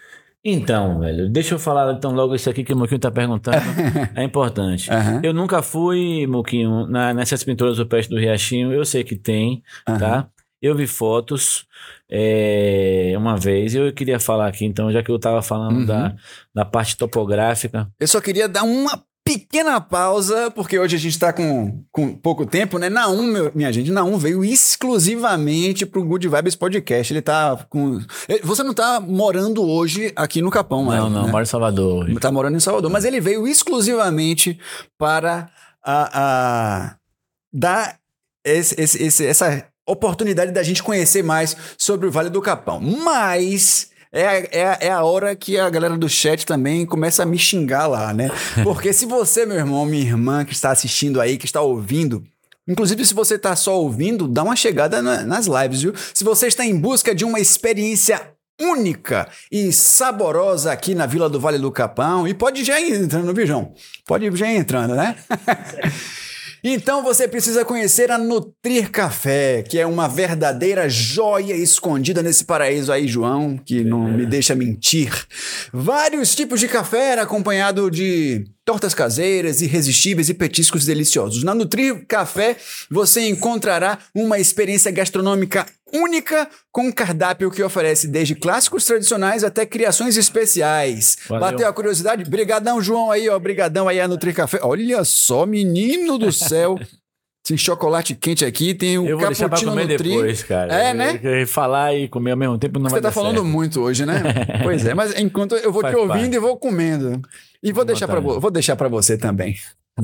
Então, velho, deixa eu falar então logo isso aqui que o Muquinho tá perguntando. É importante. Uhum. Eu nunca fui, Muquinho, na, nessas pinturas rupestres do Riachinho. Eu sei que tem, Uhum. tá? Eu vi fotos é, uma vez. Eu queria falar aqui, então, já que eu tava falando Uhum. da, da parte topográfica. Eu só queria dar uma pequena pausa, porque hoje a gente tá com, com pouco tempo, né? Naum, meu, minha gente, Naum veio exclusivamente pro Good Vibes Podcast. Ele tá com... Você não tá morando hoje aqui no Capão, Não, não, né? moro em Salvador hoje. Tá morando em Salvador, mas ele veio exclusivamente para a, a dar esse, esse, esse, essa oportunidade da gente conhecer mais sobre o Vale do Capão. Mas é, a- é, a- é a hora que a galera do chat também começa a me xingar lá, né? Porque se você, meu irmão, minha irmã que está assistindo aí, que está ouvindo, inclusive se você está só ouvindo, dá uma chegada na- nas lives, viu? Se você está em busca de uma experiência única e saborosa aqui na Vila do Vale do Capão, e pode já ir entrando, viu, João? Pode ir já ir entrando, né? Então você precisa conhecer a Nutrir Café, que é uma verdadeira joia escondida nesse paraíso aí, João, que não me deixa mentir. Vários tipos de café acompanhado de tortas caseiras, irresistíveis e petiscos deliciosos. Na Nutrir Café você encontrará uma experiência gastronômica única com um cardápio que oferece desde clássicos tradicionais até criações especiais. Valeu. Bateu a curiosidade? Brigadão, João, aí, ó. Brigadão aí a Nutrir Café. Olha só, menino do céu. Tem chocolate quente aqui, tem o Eu vou deixar pra cappuccino comer Nutri. depois, cara. É, né? Eu- Falar e comer ao mesmo tempo não Você vai tá dar falando certo. muito hoje, né? Pois é, mas enquanto eu vou Faz te ouvindo parte. e vou comendo. E vou deixar para vontade. vou deixar para você também.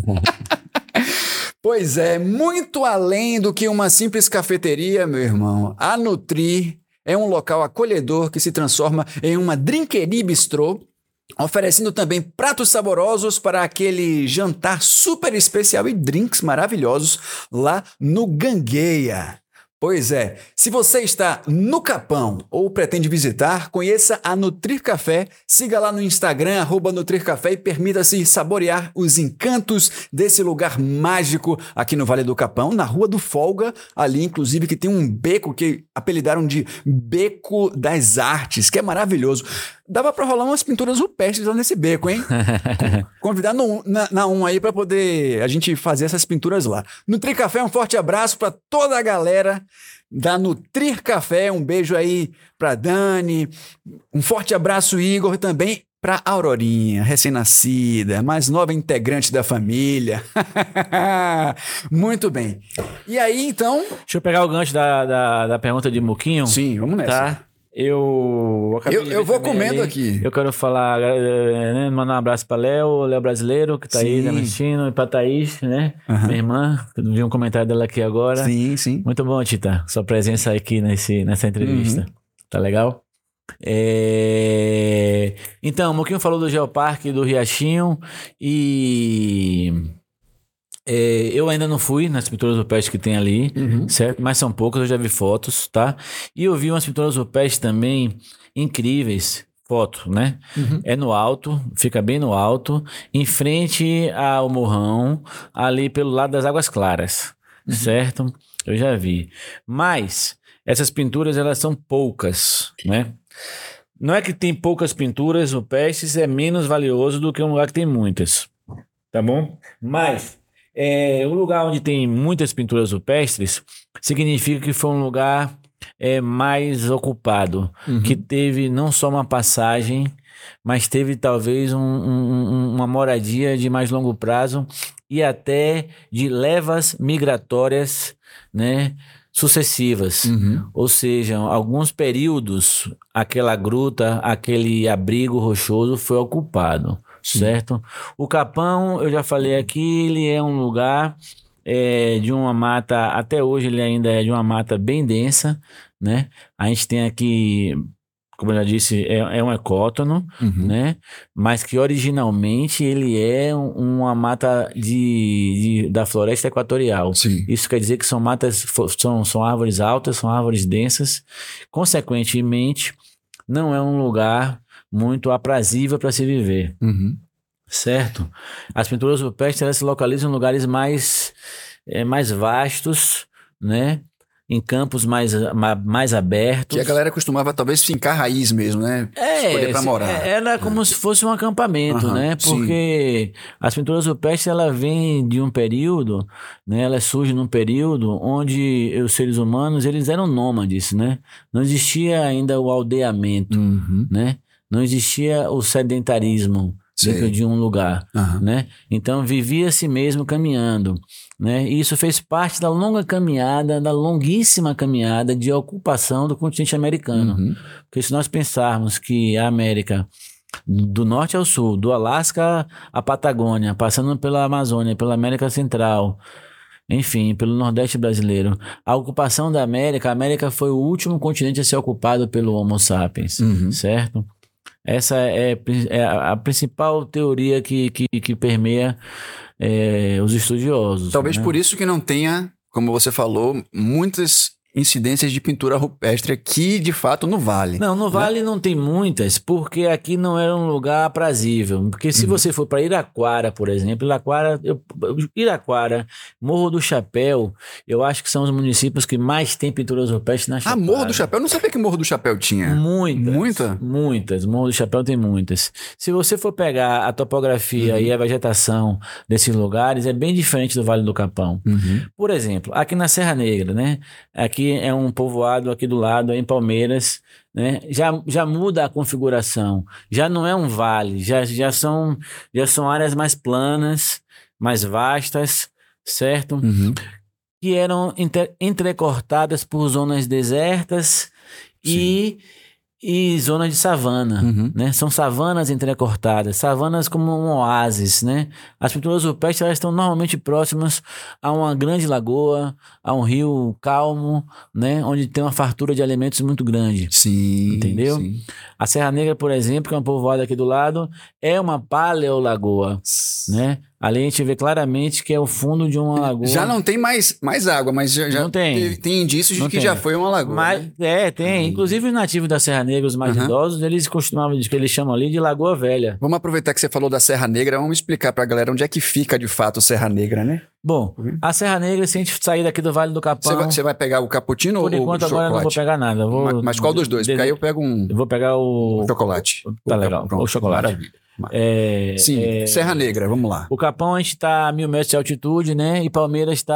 Pois é, muito além do que uma simples cafeteria, meu irmão. A Nutri é um local acolhedor que se transforma em uma drinqueria bistrô, oferecendo também pratos saborosos para aquele jantar super especial e drinks maravilhosos lá no Gangueia. Pois é, se você está no Capão ou pretende visitar, conheça a Nutrir Café, siga lá no Instagram, arroba Nutrir Café e permita-se saborear os encantos desse lugar mágico aqui no Vale do Capão, na Rua do Folga, ali inclusive que tem um beco que apelidaram de Beco das Artes, que é maravilhoso. Dava pra rolar umas pinturas rupestres lá nesse beco, hein? Convidar no, na, na um aí pra poder a gente fazer essas pinturas lá. Nutrir Café, um forte abraço pra toda a galera da Nutrir Café. Um beijo aí pra Dani. Um forte abraço, Igor, também pra Aurorinha, recém-nascida, mais nova integrante da família. Muito bem. E aí, então... Deixa eu pegar o gancho da, da, da pergunta de Muquinho. Sim, vamos nessa. Tá? Eu acabei Eu- de eu ver vou também comendo ali. aqui. Eu quero falar, eh, né, mandar um abraço pra Léo, Léo Brasileiro, que tá aí, Sim. assistindo, e pra Thaís, né? Aham. Minha irmã, eu vi um comentário dela aqui agora. Sim, sim. Muito bom, Tita, sua presença aqui nesse, nessa entrevista. Uhum. Tá legal? É... Então, o Muquinho falou do Geoparque do Riachinho e... é, eu ainda não fui nas pinturas rupestres que tem ali, Uhum. certo? Mas são poucas, eu já vi fotos, tá? E eu vi umas pinturas rupestres também incríveis. Foto, né? Uhum. É no alto, fica bem no alto, em frente ao morrão, ali pelo lado das Águas Claras, certo? Eu já vi. Mas essas pinturas, elas são poucas, né? Não é que tem poucas pinturas rupestres, é menos valioso do que um lugar que tem muitas, tá bom? Mas é, um lugar onde tem muitas pinturas rupestres significa que foi um lugar é, mais ocupado, Uhum. que teve não só uma passagem, mas teve talvez um- um- um- uma moradia de mais longo prazo e até de levas migratórias, né, sucessivas. Uhum. Ou seja, alguns períodos aquela gruta, aquele abrigo rochoso foi ocupado, certo? O Capão, eu já falei aqui, ele é um lugar é, de uma mata, até hoje ele ainda é de uma mata bem densa, né? A gente tem aqui, como eu já disse, é, é um ecótono, Uhum. né? Mas que originalmente ele é um- uma mata de, de- da floresta equatorial. Sim. Isso quer dizer que são matas, fo- são, são árvores altas, são árvores densas. Consequentemente, não é um lugar muito aprazível para se viver, Uhum. certo? As pinturas rupestres, elas se localizam em lugares mais, eh, mais vastos, né? em campos mais, ma- mais abertos. Que a galera costumava talvez fincar raiz mesmo, né? Escolher pra morar. É, era como é. se fosse um acampamento, uhum, né? Porque sim. as pinturas rupestres, ela vem de um período, né? Ela surge num período onde os seres humanos, eles eram nômades, né? Não existia ainda o aldeamento, uhum. né? Não existia o sedentarismo dentro Sei. de um lugar, uhum. né? Então vivia-se mesmo caminhando, né? E isso fez parte da longa caminhada, da longuíssima caminhada de ocupação do continente americano. Uhum. Porque se nós pensarmos que a América, do norte ao sul, do Alasca à Patagônia, passando pela Amazônia, pela América Central, enfim, pelo Nordeste brasileiro, a ocupação da América, a América foi o último continente a ser ocupado pelo Homo sapiens, uhum. certo? Essa é, é a principal teoria que, que, que permeia é, os estudiosos. Talvez né? por isso que não tenha, como você falou, muitas incidências de pintura rupestre aqui, de fato, no Vale. Não, no né? Vale não tem muitas, porque aqui não era um lugar aprazível. Porque se uhum. você for para Iraquara, por exemplo, Iraquara, eu, Iraquara, Morro do Chapéu, eu acho que são os municípios que mais tem pinturas rupestres na Chapada. Ah, Morro do Chapéu? Eu não sabia que Morro do Chapéu tinha. Muitas. Muita? Muitas. Morro do Chapéu tem muitas. Se você for pegar a topografia uhum. e a vegetação desses lugares, é bem diferente do Vale do Capão. Uhum. Por exemplo, aqui na Serra Negra, né? Aqui é um povoado aqui do lado, em Palmeiras, né? Já, já muda a configuração, já não é um vale, já, já, são, já são áreas mais planas, mais vastas, certo? Uhum. Que eram entre, entrecortadas por zonas desertas e, e zonas de savana, uhum. né? São savanas entrecortadas, savanas como um oásis, né? As pinturas rupestres, elas estão normalmente próximas a uma grande lagoa, a um rio calmo, né? Onde tem uma fartura de alimentos muito grande. Sim. Entendeu? Sim. A Serra Negra, por exemplo, que é um povoado aqui do lado, é uma paleolagoa, né? Ali a gente vê claramente que é o fundo de uma lagoa. Já não tem mais, mais água, mas já, já não tem. Tem, tem indícios de não que tem. já foi uma lagoa. Mas, né? É, tem. Uhum. Inclusive os nativos da Serra Negra, os mais uhum. idosos, eles costumavam dizer que eles chamam ali de Lagoa Velha. Vamos aproveitar que você falou da Serra Negra, vamos explicar pra galera onde é que fica de fato a Serra Negra, né? Bom, uhum. a Serra Negra, se a gente sair daqui do Vale do Capão... Você vai, você vai pegar o cappuccino ou o chocolate? Por enquanto agora eu não vou pegar nada. Vou, mas, mas qual dos dois? Porque aí eu pego um... Eu vou pegar o... o chocolate. Tá o legal, pronto, o chocolate. Maravilha. É, Sim, é, Serra Negra, vamos lá. O Capão a gente está a mil metros de altitude, né? E Palmeiras está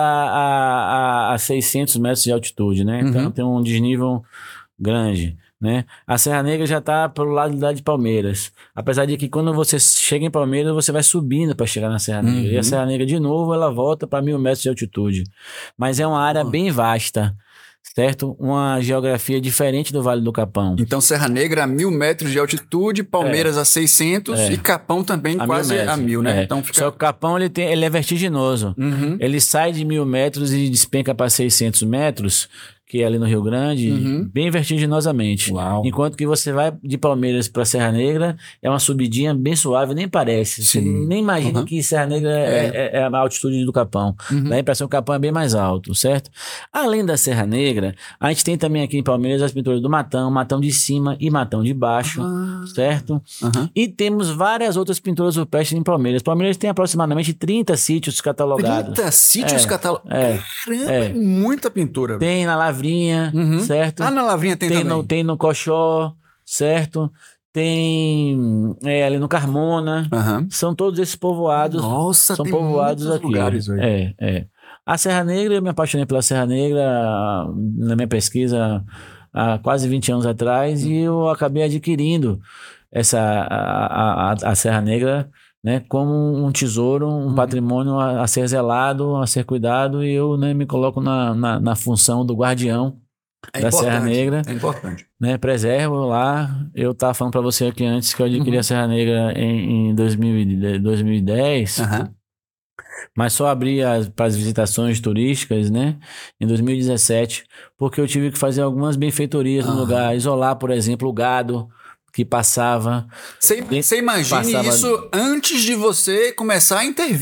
a, a, a seiscentos metros de altitude, né? Então uhum. tem um desnível grande, né? A Serra Negra já está pelo lado lá de Palmeiras. Apesar de que quando você chega em Palmeiras, você vai subindo para chegar na Serra Negra. Uhum. E a Serra Negra, de novo, ela volta para mil metros de altitude. Mas é uma área uhum. bem vasta. Certo? Uma geografia diferente do Vale do Capão. Então, Serra Negra a mil metros de altitude, Palmeiras é. a seiscentos é. e Capão também a quase mil a mil, né? É. Então fica... Só que o Capão ele, tem, ele é vertiginoso. Uhum. Ele sai de mil metros e despenca para seiscentos metros, que é ali no Rio Grande, uhum. bem vertiginosamente. Uau. Enquanto que você vai de Palmeiras para Serra Negra, é uma subidinha bem suave, nem parece. Sim. Você nem imagina uhum. que Serra Negra é, é, é a altitude do Capão. Uhum. Dá a impressão que o Capão é bem mais alto, certo? Além da Serra Negra, a gente tem também aqui em Palmeiras as pinturas do Matão, Matão de cima e Matão de baixo, uhum. certo? Uhum. E temos várias outras pinturas rupestres em Palmeiras. Palmeiras tem aproximadamente trinta sítios catalogados. trinta sítios é, catalogados? É, Caramba, é. é muita pintura. Tem na Lavrinha, uhum. certo? Ah, na Lavrinha tem, tem também. No, tem no Coxó, certo? Tem é, ali no Carmona. Uhum. São todos esses povoados. Nossa, são tem povoados muitos aqui. lugares, velho. É, é. A Serra Negra, eu me apaixonei pela Serra Negra na minha pesquisa há quase vinte anos atrás, uhum. e eu acabei adquirindo essa, a, a, a Serra Negra, né, como um tesouro, um uhum. patrimônio a, a ser zelado, a ser cuidado, e eu, né, me coloco na, na, na função do guardião é da Serra Negra. É importante. Né, preservo lá. Eu estava falando para você aqui antes que eu adquiri uhum. a Serra Negra em, em dois mil e dez, uhum. mas só abri para as visitações turísticas, né, em dois mil e dezessete, porque eu tive que fazer algumas benfeitorias uhum. no lugar, isolar, por exemplo, o gado que passava. Você imagine passava... isso antes de você começar a intervir.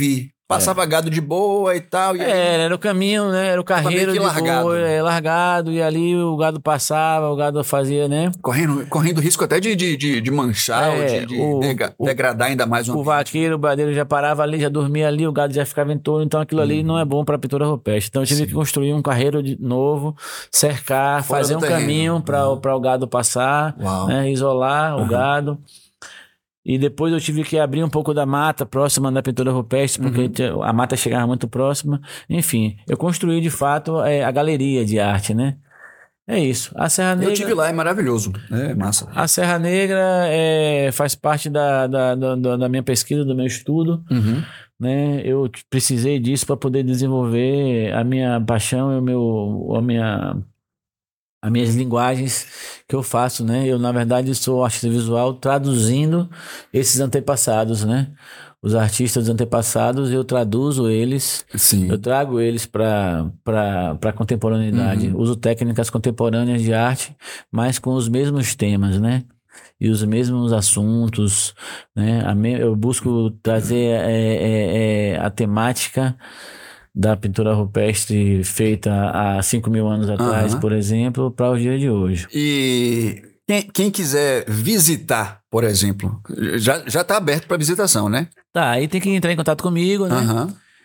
Passava é. gado de boa e tal. E aí... É, era o caminho, né? Era o carreiro de largado. boa, é, largado. E ali o gado passava, o gado fazia, né? Correndo, correndo risco até de, de, de, de manchar, é, ou de, de o, dega, o, degradar ainda mais um O vaqueiro, o badeiro já parava ali, já dormia ali, o gado já ficava em torno. Então aquilo hum. ali não é bom para a pintura rupestre. Então eu tive Sim. que construir um carreiro de novo, cercar, Fora fazer um terreno. caminho para uhum. o gado passar, né, isolar uhum. o gado. E depois eu tive que abrir um pouco da mata próxima da pintura rupestre, porque uhum. a mata chegava muito próxima. Enfim, eu construí de fato é, a galeria de arte, né? É isso. A Serra Negra... Eu tive lá, é maravilhoso. É massa. A Serra Negra é, faz parte da, da, da, da minha pesquisa, do meu estudo. Uhum. Né? Eu precisei disso para poder desenvolver a minha paixão e o meu, a minha... as minhas linguagens que eu faço, né? Eu, na verdade, sou artista visual traduzindo esses antepassados, né? Os artistas antepassados, eu traduzo eles, Sim. eu trago eles para a contemporaneidade. Uhum. Uso técnicas contemporâneas de arte, mas com os mesmos temas, né? E os mesmos assuntos, né? A me, eu busco trazer é, é, é, a temática da pintura rupestre feita há cinco mil anos atrás, uhum. por exemplo, para o dia de hoje. E quem, quem quiser visitar, por exemplo, já já está aberto para visitação, né? Tá, aí tem que entrar em contato comigo, né? Uhum.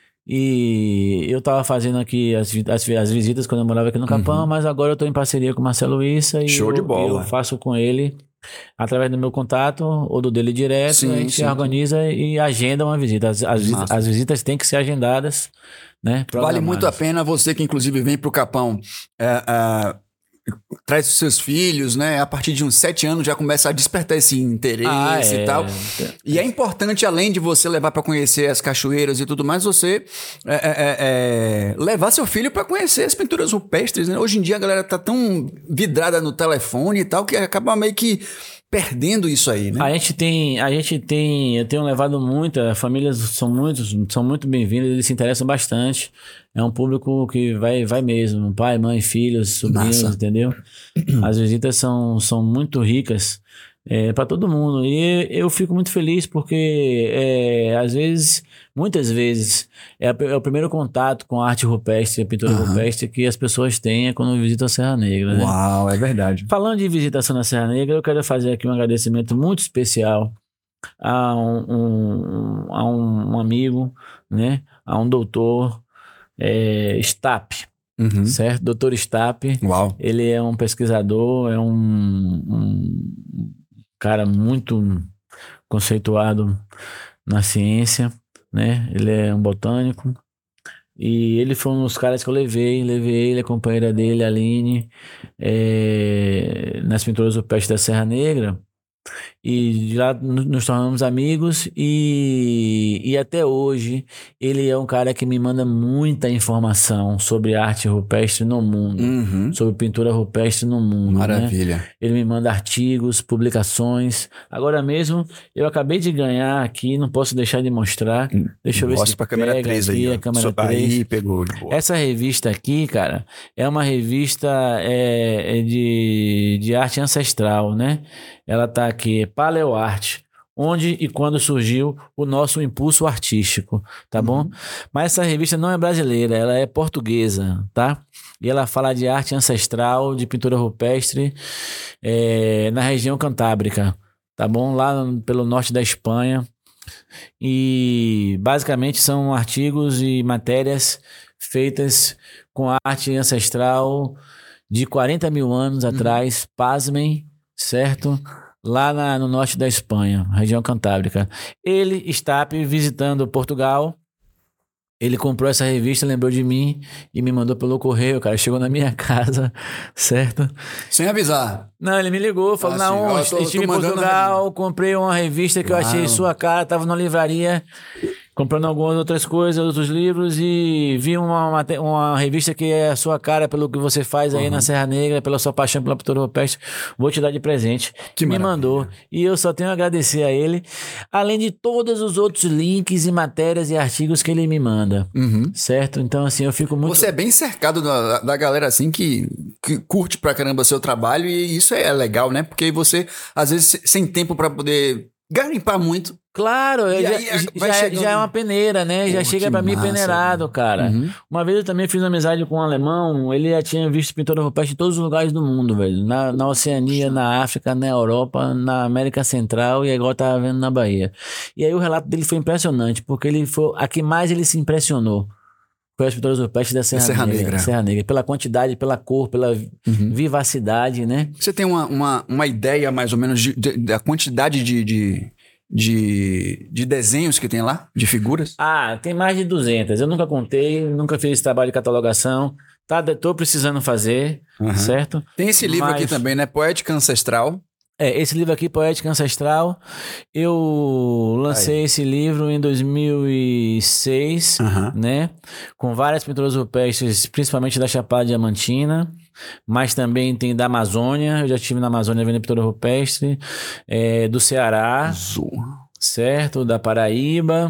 E eu estava fazendo aqui as, as, as visitas quando eu morava aqui no Capão, uhum. mas agora eu estou em parceria com o Marcelo Issa e Show eu, de bola. eu faço com ele através do meu contato ou do dele direto, sim, a gente sim. organiza e agenda uma visita. As, as, as visitas têm que ser agendadas, né? Vale muito a pena você que inclusive vem para o Capão, é, é, traz os seus filhos, né? A partir de uns sete anos já começa a despertar esse interesse ah, é. e tal. E é importante, além de você levar para conhecer as cachoeiras e tudo mais, você é, é, é, levar seu filho para conhecer as pinturas rupestres, né? Hoje em dia a galera tá tão vidrada no telefone e tal que acaba meio que perdendo isso aí, né? A gente tem, a gente tem, eu tenho levado muito, as famílias são muito, são muito bem-vindas, eles se interessam bastante. É um público que vai, vai mesmo, pai, mãe, filhos, sobrinhos, Nossa. entendeu? As visitas são, são muito ricas é, para todo mundo. E eu fico muito feliz porque, é, às vezes, muitas vezes, é, a, é o primeiro contato com a arte rupestre, a pintura uhum. rupestre que as pessoas têm quando visitam a Serra Negra. Né? Uau, é verdade. Falando de visitação na Serra Negra, eu quero fazer aqui um agradecimento muito especial a um, um, a um, um amigo, né? A um doutor, é, Stapp. Uhum. Certo? doutor Stapp. Uau. Ele é um pesquisador, é um, um cara muito conceituado na ciência, né? Ele é um botânico e ele foi um dos caras que eu levei, levei ele, a companheira dele, a Aline, é, nas pinturas rupestres da Serra Negra. E de lá nos tornamos amigos e, e até hoje ele é um cara que me manda muita informação sobre arte rupestre no mundo, uhum. sobre pintura rupestre no mundo. Maravilha. Né? Ele me manda artigos, publicações. Agora mesmo eu acabei de ganhar aqui, não posso deixar de mostrar. Deixa eu ver Mostra se pra câmera pega três aqui, aí, a câmera três. Aí pegou de boa. Essa revista aqui, cara, é uma revista é, é de, de arte ancestral, né? Ela tá aqui, Paleoarte, onde e quando surgiu o nosso impulso artístico, tá bom? Uhum. Mas essa revista não é brasileira, ela é portuguesa, tá? E ela fala de arte ancestral, de pintura rupestre, é, na região cantábrica, tá bom? Lá no, pelo norte da Espanha. E basicamente são artigos e matérias feitas com arte ancestral de quarenta mil anos uhum. atrás, pasmem, certo? Lá na, no norte da Espanha, região cantábrica. Ele está visitando Portugal. Ele comprou essa revista, lembrou de mim e me mandou pelo correio, cara. Chegou na minha casa, certo? Sem avisar. Não, ele me ligou, falou, ah, não, sim, estive em Portugal, comprei uma revista que Uau. eu achei sua cara, tava na livraria, comprando algumas outras coisas, outros livros, e vi uma, uma, uma revista que é a sua cara pelo que você faz aí uhum. na Serra Negra, pela sua paixão pela pintura rupestre, vou te dar de presente. Que me maravilha. Mandou. E eu só tenho a agradecer a ele, além de todos os outros links e matérias e artigos que ele me manda. Uhum. Certo? Então, assim, eu fico muito... Você é bem cercado da, da galera, assim, que, que curte pra caramba seu trabalho, e isso é legal, né? Porque você, às vezes, sem tempo pra poder garimpar muito, Claro, E já, aí, vai já, chegando- já é uma peneira, né? Já Pô, chega que pra mim massa, peneirado, cara. Uhum. Uma vez eu também fiz amizade com um alemão, ele já tinha visto pintura rupestre em todos os lugares do mundo, velho. Na, na Oceania, na África, na Europa, na América Central e agora tava vendo na Bahia. E aí o relato dele foi impressionante, porque ele foi a que mais ele se impressionou. Foi as pinturas rupestres da Serra, Serra Negra, Negra. Serra Negra. Pela quantidade, pela cor, pela Uhum. vivacidade, né? Você tem uma, uma, uma ideia, mais ou menos, de- de- da quantidade de, de, de, de desenhos que tem lá? De figuras? Ah, tem mais de duzentas. Eu nunca contei, nunca fiz esse trabalho de catalogação. Tá, tô precisando fazer, Uhum. certo? Tem esse livro Mas- aqui também, né? Poética Ancestral. É, esse livro aqui, Poética Ancestral, eu lancei esse livro em dois mil e seis, Aham. né? Com várias pinturas rupestres, principalmente da Chapada Diamantina, mas também tem da Amazônia. Eu já estive na Amazônia vendo pintura rupestre, é, do Ceará, certo? Da Paraíba,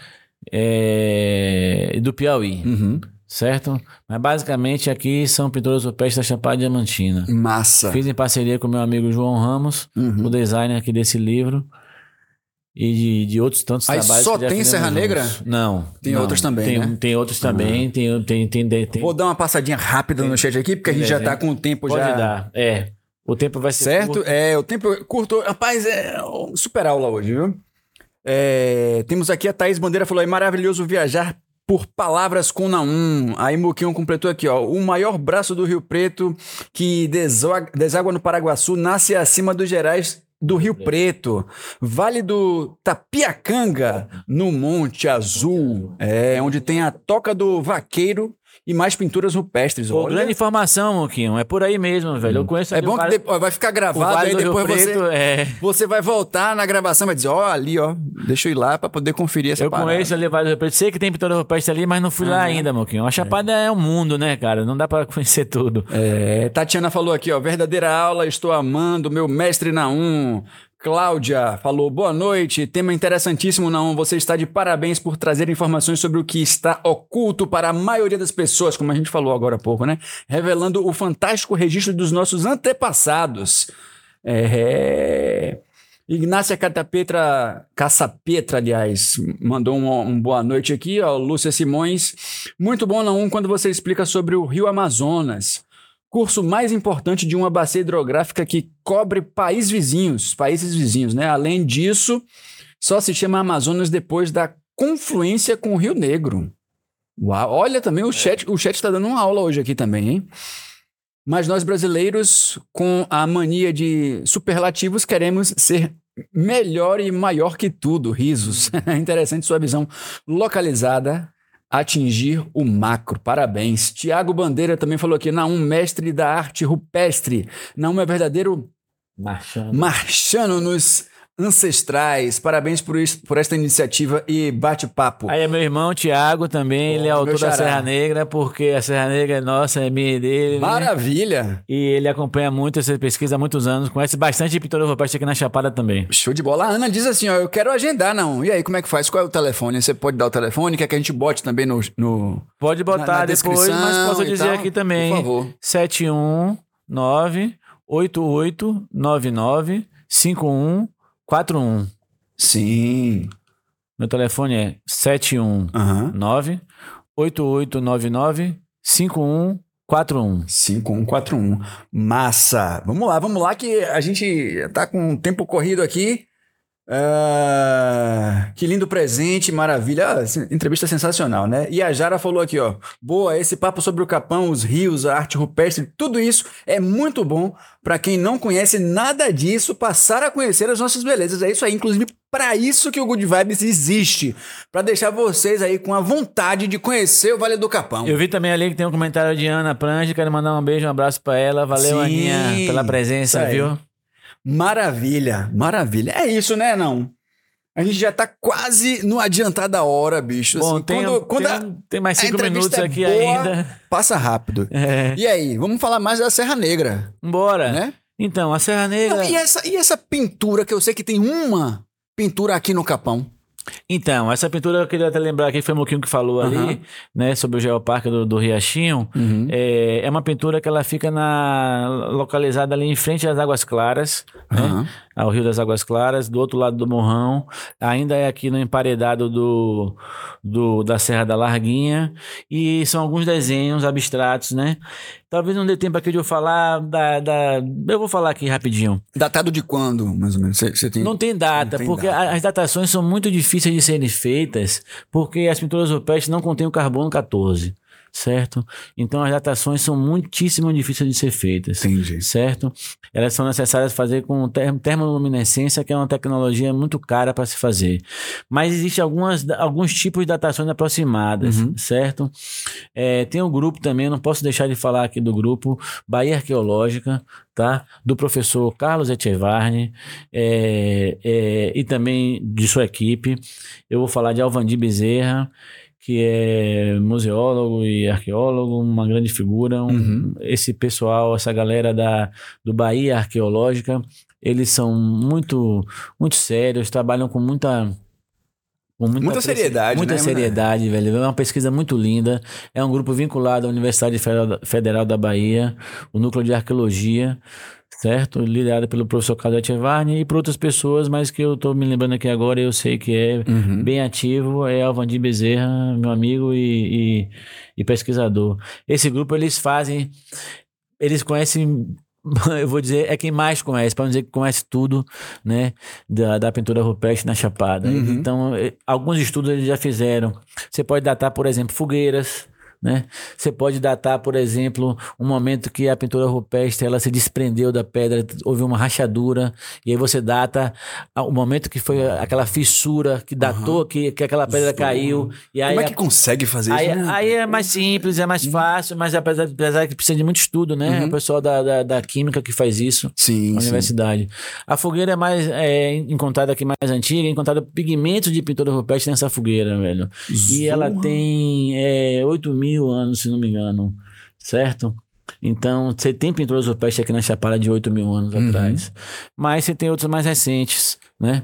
é, e do Piauí, Uhum. certo? Mas basicamente aqui são pinturas rupestres da Chapada Diamantina. Massa. Fiz em parceria com meu amigo João Ramos, Uhum. o designer aqui desse livro. E de, de outros tantos Aí trabalhos. só que já tem fizemos Serra juntos. Negra? Não. Tem não. outras também, tem, né? Tem outros também. Tem, tem, tem, tem, tem- Vou dar uma passadinha rápida no chat aqui, porque a gente já tá com o tempo Pode já... dar. É. O tempo vai ser Certo? curto. É, o tempo curto. Rapaz, é uma super aula hoje, viu? É, temos aqui a Thaís Bandeira falou: é maravilhoso viajar por palavras com Naum. Aí Muquion completou aqui, ó. O maior braço do Rio Preto que deságua, deságua no Paraguaçu nasce acima dos Gerais do Rio Preto. Vale do Tapiacanga, no Monte Azul. É, onde tem a Toca do Vaqueiro e mais pinturas rupestres. Pô, Olha. grande informação, Moquinho. É por aí mesmo, velho. Eu conheço É aqui o bom que Vale- depois, vai ficar o gravado, Vale aí do Rio depois você... Preto, é. Você vai voltar na gravação e vai dizer, ó, ali, ó, deixa eu ir lá pra poder conferir essa Eu parada. conheço ali o Vale do Rio Preto. Sei que tem pintura rupestre ali, mas não fui lá ainda, Moquinho. A Chapada é. um mundo, né, cara? Não dá pra conhecer tudo. É, Tatiana falou aqui, ó, verdadeira aula, estou amando, meu mestre Naum. Cláudia falou, boa noite, tema interessantíssimo, Naum, você está de parabéns por trazer informações sobre o que está oculto para a maioria das pessoas, como a gente falou agora há pouco, né? Revelando o fantástico registro dos nossos antepassados. É... Ignácia Catapetra, Caçapetra, aliás, mandou um, um boa noite aqui, ó, Lúcia Simões. Muito bom, Naum, quando você explica sobre o Rio Amazonas. Curso mais importante de uma bacia hidrográfica que cobre países vizinhos, países vizinhos, né? Além disso, só se chama Amazonas depois da confluência com o Rio Negro. Uau, olha também o chat, o chat está dando uma aula hoje aqui também, hein? Mas nós brasileiros, com a mania de superlativos, queremos ser melhor e maior que tudo. Risos. Interessante sua visão localizada. Atingir o macro. Parabéns. Tiago Bandeira também falou aqui, Naum, mestre da arte rupestre. Naum é verdadeiro Marchando. marchando nos ancestrais. Parabéns por, isso, por esta iniciativa e bate-papo. Aí é meu irmão, Tiago, também. Pô, ele é meu autor da xará. Serra Negra, porque a Serra Negra é nossa, é minha e dele. né? Maravilha. E ele acompanha muito essa pesquisa há muitos anos. Conhece bastante pintura rupestre aqui na Chapada também. Show de bola. A Ana diz assim, ó, eu quero agendar, não. E aí, como é que faz? Qual é o telefone? Você pode dar o telefone? Quer que a gente bote também no... no... Pode Na- botar na depois, descrição mas posso e dizer tal, aqui também. por favor. sete um nove oito oito nove nove cinco um quatro um. Sim. Meu telefone é sete um Aham. nove oito oito nove nove cinco um quatro um. cinco um quatro um. Massa. Vamos lá, vamos lá que a gente tá com um tempo corrido aqui. Ah, que lindo presente, maravilha. Ah, essa entrevista sensacional, né? E a Jara falou aqui, ó. Boa, esse papo sobre o Capão, os rios, a arte rupestre, tudo isso é muito bom para quem não conhece nada disso, passar a conhecer as nossas belezas. É isso aí, inclusive para isso que o Good Vibes existe, para deixar vocês aí com a vontade de conhecer o Vale do Capão. Eu vi também ali que tem um comentário de Ana Prange. Quero mandar um beijo, um abraço pra ela. Valeu, Sim, Aninha, pela presença, isso aí. viu? Maravilha, maravilha. É isso, né, não? A gente já tá quase no adiantar da hora, bicho. Bom, assim, tem, quando, quando tem, a, tem mais a cinco minutos entrevista é aqui boa, ainda. passa rápido. É. E aí, vamos falar mais da Serra Negra, Bora. né? Então, a Serra Negra... Não, e, essa, e essa pintura, que eu sei que tem uma pintura aqui no Capão. Então, essa pintura eu queria até lembrar aqui, foi o Moquinho que falou ali, Uhum. né, sobre o Geoparque do, do Riachinho. Uhum. É, é uma pintura que ela fica na, localizada ali em frente às Águas Claras, Uhum. Né? Ao Rio das Águas Claras, do outro lado do Morrão, ainda é aqui no emparedado do, do, da Serra da Larguinha, e são alguns desenhos abstratos, né? Talvez não dê tempo aqui de eu falar da, da... Eu vou falar aqui rapidinho. Datado de quando, mais ou menos? Cê, cê tem... Não tem data, não tem porque data. As datações são muito difíceis de serem feitas, porque as pinturas rupestres não contêm o carbono quatorze. Certo? Então as datações são muitíssimo difíceis de ser feitas. Entendi. Certo? Elas são necessárias fazer com term- termoluminescência, que é uma tecnologia muito cara para se fazer. Mas existem algumas, alguns tipos de datações aproximadas, uhum. certo? É, tem um grupo também, não posso deixar de falar aqui do grupo Bahia Arqueológica, tá? Do professor Carlos Echevarne, é, é, e também de sua equipe. Eu vou falar de Alvandir Bezerra, que é museólogo e arqueólogo, uma grande figura. Um, uhum. Esse pessoal, essa galera da, do Bahia Arqueológica, eles são muito, muito sérios, trabalham com muita... Com muita, muita seriedade, Muita né? seriedade, velho. É uma pesquisa muito linda. É um grupo vinculado à Universidade Federal da Bahia, o Núcleo de Arqueologia, certo? Liderado pelo professor Carlos Echevarne e por outras pessoas, mas que eu estou me lembrando aqui agora, eu sei que é uhum. bem ativo, é Alvandir Bezerra, meu amigo e, e, e pesquisador. Esse grupo, eles fazem, eles conhecem, eu vou dizer, é quem mais conhece, para não dizer que conhece tudo, né, da, da pintura rupestre na Chapada. Uhum. Então, alguns estudos eles já fizeram. Você pode datar, por exemplo, fogueiras, né? Você pode datar, por exemplo, um momento que a pintura rupestre ela se desprendeu da pedra, houve uma rachadura, e aí você data o momento que foi aquela fissura que datou uhum. que, que aquela pedra Sim. caiu. E aí Como é que a... consegue fazer aí, isso? Né? Aí é mais simples, é mais fácil, mas apesar, apesar que precisa de muito estudo, né? Uhum. O pessoal da, da, da química que faz isso sim, na sim. universidade. A fogueira é mais é, encontrada aqui mais antiga, é encontrada pigmentos de pintura rupestre nessa fogueira, velho. Zorra. E ela tem é, oito mil anos, se não me engano, certo? Então, você tem pinturas rupestres aqui na Chapada de oito mil anos uhum. atrás. Mas você tem outros mais recentes, né?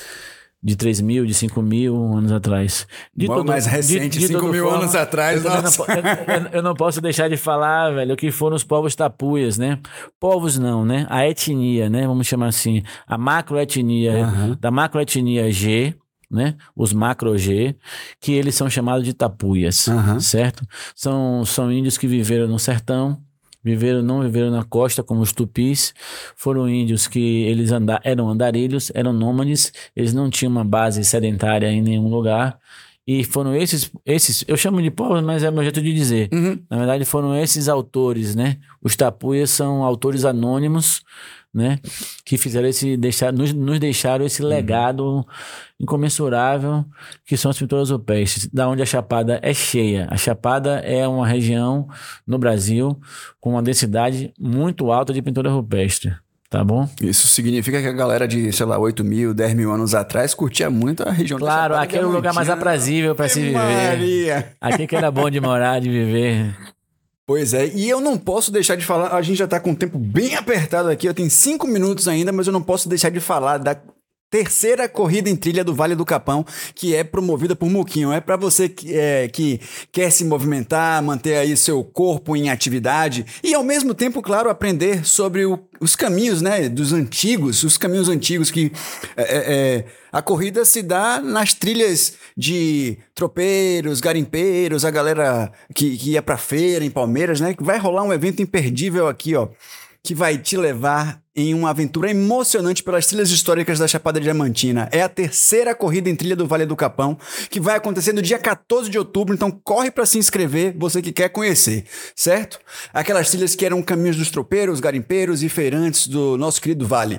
De três mil, de cinco mil anos atrás. De Bom, todo, mais recente, de, de cinco mil forma, anos atrás. Eu, não, eu, eu não posso deixar de falar, velho, que foram os povos tapuias, né? Povos não, né? A etnia, né? Vamos chamar assim, a macroetnia, uhum. da macroetnia G, né? Os macro-G, que eles são chamados de tapuias, uhum. certo? São, são índios que viveram no sertão, viveram, não viveram na costa como os tupis, foram índios que eles anda, eram andarilhos, eram nômades, eles não tinham uma base sedentária em nenhum lugar, e foram esses, esses eu chamo de povos, mas é meu jeito de dizer, uhum. na verdade foram esses autores, né? Os tapuias são autores anônimos, né? Que fizeram esse, deixar, nos, nos deixaram esse legado uhum. incomensurável, que são as pinturas rupestres, da onde a Chapada é cheia. A Chapada é uma região no Brasil com uma densidade muito alta de pintura rupestre. Tá bom? Isso significa que a galera de, sei lá, oito mil, dez mil anos atrás curtia muito a região da Claro, aqui era o lugar mais aprazível para se viver. Maria. Aqui que era bom de morar, de viver. Pois é, e eu não posso deixar de falar, a gente já tá com o tempo bem apertado aqui, eu tenho cinco minutos ainda, mas eu não posso deixar de falar da terceira corrida em trilha do Vale do Capão, que é promovida por Muquinho. É para você que, é, que quer se movimentar, manter aí seu corpo em atividade e ao mesmo tempo, claro, aprender sobre o, os caminhos, né, dos antigos, os caminhos antigos que é, é, a corrida se dá nas trilhas de tropeiros, garimpeiros, a galera que, que ia pra feira em Palmeiras, né, que vai rolar um evento imperdível aqui, ó, que vai te levar em uma aventura emocionante pelas trilhas históricas da Chapada Diamantina. É a terceira corrida em trilha do Vale do Capão, que vai acontecer no dia quatorze de outubro, então corre para se inscrever, você que quer conhecer, certo? Aquelas trilhas que eram caminhos dos tropeiros, garimpeiros e feirantes do nosso querido Vale.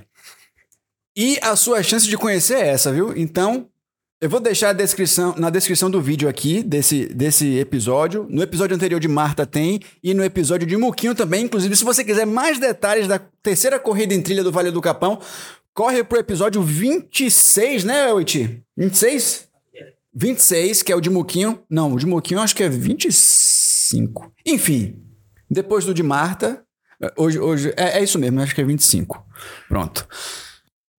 E a sua chance de conhecer é essa, viu? Então, eu vou deixar a descrição, na descrição do vídeo aqui, desse, desse episódio. No episódio anterior de Marta tem, e no episódio de Muquinho também. Inclusive, se você quiser mais detalhes da terceira corrida em trilha do Vale do Capão, corre pro episódio vinte e seis, né, Oiti? vinte e seis? vinte e seis, que é o de Muquinho. Não, o de Muquinho eu acho que é vinte e cinco. Enfim, depois do de Marta, hoje, hoje é, é isso mesmo, eu acho que é vinte e cinco. Pronto.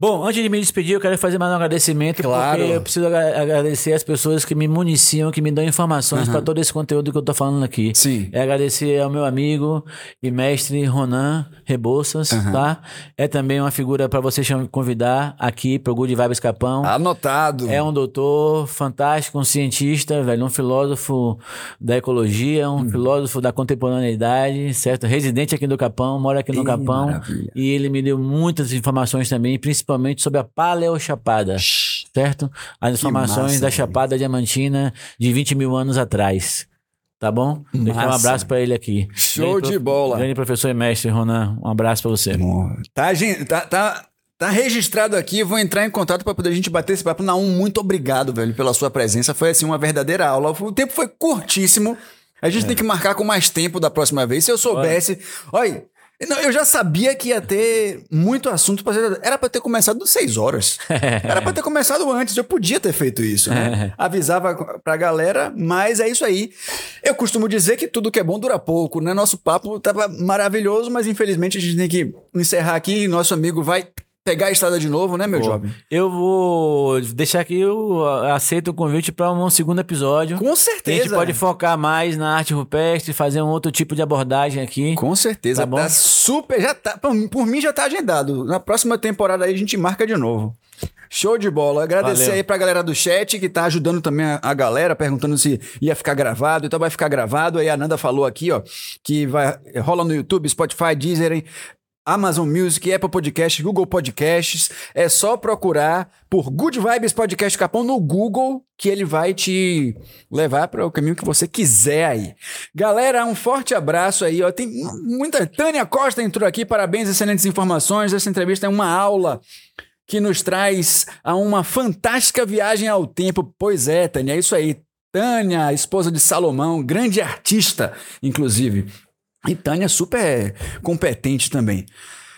Bom, antes de me despedir, eu quero fazer mais um agradecimento, Claro. porque eu preciso agra- agradecer as pessoas que me municiam, que me dão informações para todo esse conteúdo que eu tô falando aqui. Sim. É agradecer ao meu amigo e mestre Ronan Rebouças, tá? É também uma figura para você cham- convidar aqui pro Good Vibes Capão. Anotado. É um doutor fantástico, um cientista, velho, um filósofo da ecologia, um filósofo da contemporaneidade, certo? Residente aqui do Capão, mora aqui no Ih, Capão. maravilha. E ele me deu muitas informações também, principalmente sobre a paleochapada, certo? As informações massa, da velho. Chapada Diamantina de vinte mil anos atrás. Tá bom? Deixa um Massa. abraço pra ele aqui. Show Grande de bola. Grande professor e mestre, Ronan. Um abraço pra você. Tá, gente, tá, tá, tá registrado aqui. Vou entrar em contato para poder a gente bater esse papo. Naum, muito obrigado, velho, pela sua presença. Foi, assim, uma verdadeira aula. O tempo foi curtíssimo. A gente tem que marcar com mais tempo da próxima vez. Se eu soubesse... Olha... Não, eu já sabia que ia ter muito assunto. Pra ser- Era pra ter começado seis horas. Era pra ter começado antes. Eu podia ter feito isso, né? Avisava pra galera, mas é isso aí. Eu costumo dizer que tudo que é bom dura pouco, né? Nosso papo tava maravilhoso, mas infelizmente a gente tem que encerrar aqui. Nosso amigo vai pegar a estrada de novo, né, meu jovem? Eu vou deixar aqui, eu aceito o convite para um segundo episódio. Com A certeza. gente pode focar mais na arte rupestre, fazer um outro tipo de abordagem aqui. Com certeza. Tá bom? Tá super. Já tá. Por, por mim já tá agendado. Na próxima temporada aí a gente marca de novo. Show de bola. Agradecer Valeu. aí pra galera do chat que tá ajudando também a, a galera, perguntando se ia ficar gravado. Então vai ficar gravado. Aí a Nanda falou aqui, ó, que vai rola no YouTube, Spotify, Deezer, Amazon Music, Apple Podcasts, Google Podcasts. É só procurar por Good Vibes Podcast Capão no Google que ele vai te levar para o caminho que você quiser aí. Galera, um forte abraço aí. Ó. Tem muita... Tânia Costa entrou aqui. Parabéns, excelentes informações. Essa entrevista é uma aula que nos traz a uma fantástica viagem ao tempo. Pois é, Tânia, é isso aí. Tânia, esposa de Salomão, grande artista, inclusive. E Tânia super competente também.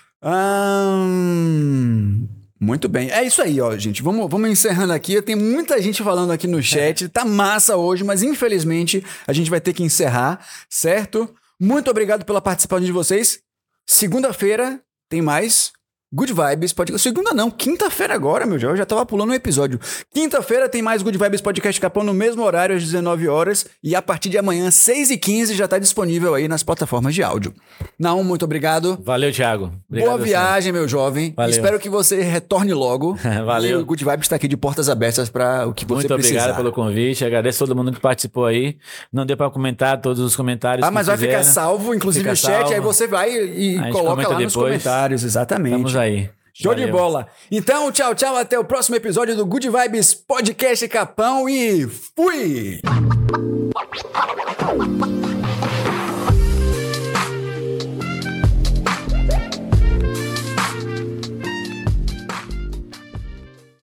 Hum, muito bem. É isso aí, ó, gente. Vamos, vamos encerrando aqui. Tem muita gente falando aqui no chat. Tá massa hoje, mas infelizmente a gente vai ter que encerrar, certo? Muito obrigado pela participação de vocês. Segunda-feira tem mais Good Vibes Podcast. Segunda não, quinta-feira agora, meu Deus. Eu já tava pulando um episódio. Quinta-feira tem mais Good Vibes Podcast Capão no mesmo horário, às dezenove horas. E a partir de amanhã, seis e quinze, já tá disponível aí nas plataformas de áudio. Naum, muito obrigado. Valeu, Thiago. Obrigado Boa a você. viagem, meu jovem. Valeu. Espero que você retorne logo. Valeu. E o Good Vibes está aqui de portas abertas para o que você Muito precisar. obrigado pelo convite. Agradeço todo mundo que participou aí. Não deu para comentar todos os comentários. Ah, mas que vai ficar fizeram. salvo, inclusive Fica o chat, salvo. aí você vai e A gente coloca comenta lá nos depois. comentários, exatamente. Estamos aí. Show Valeu. de bola. Então, tchau, tchau. Até o próximo episódio do Good Vibes Podcast Capão e fui!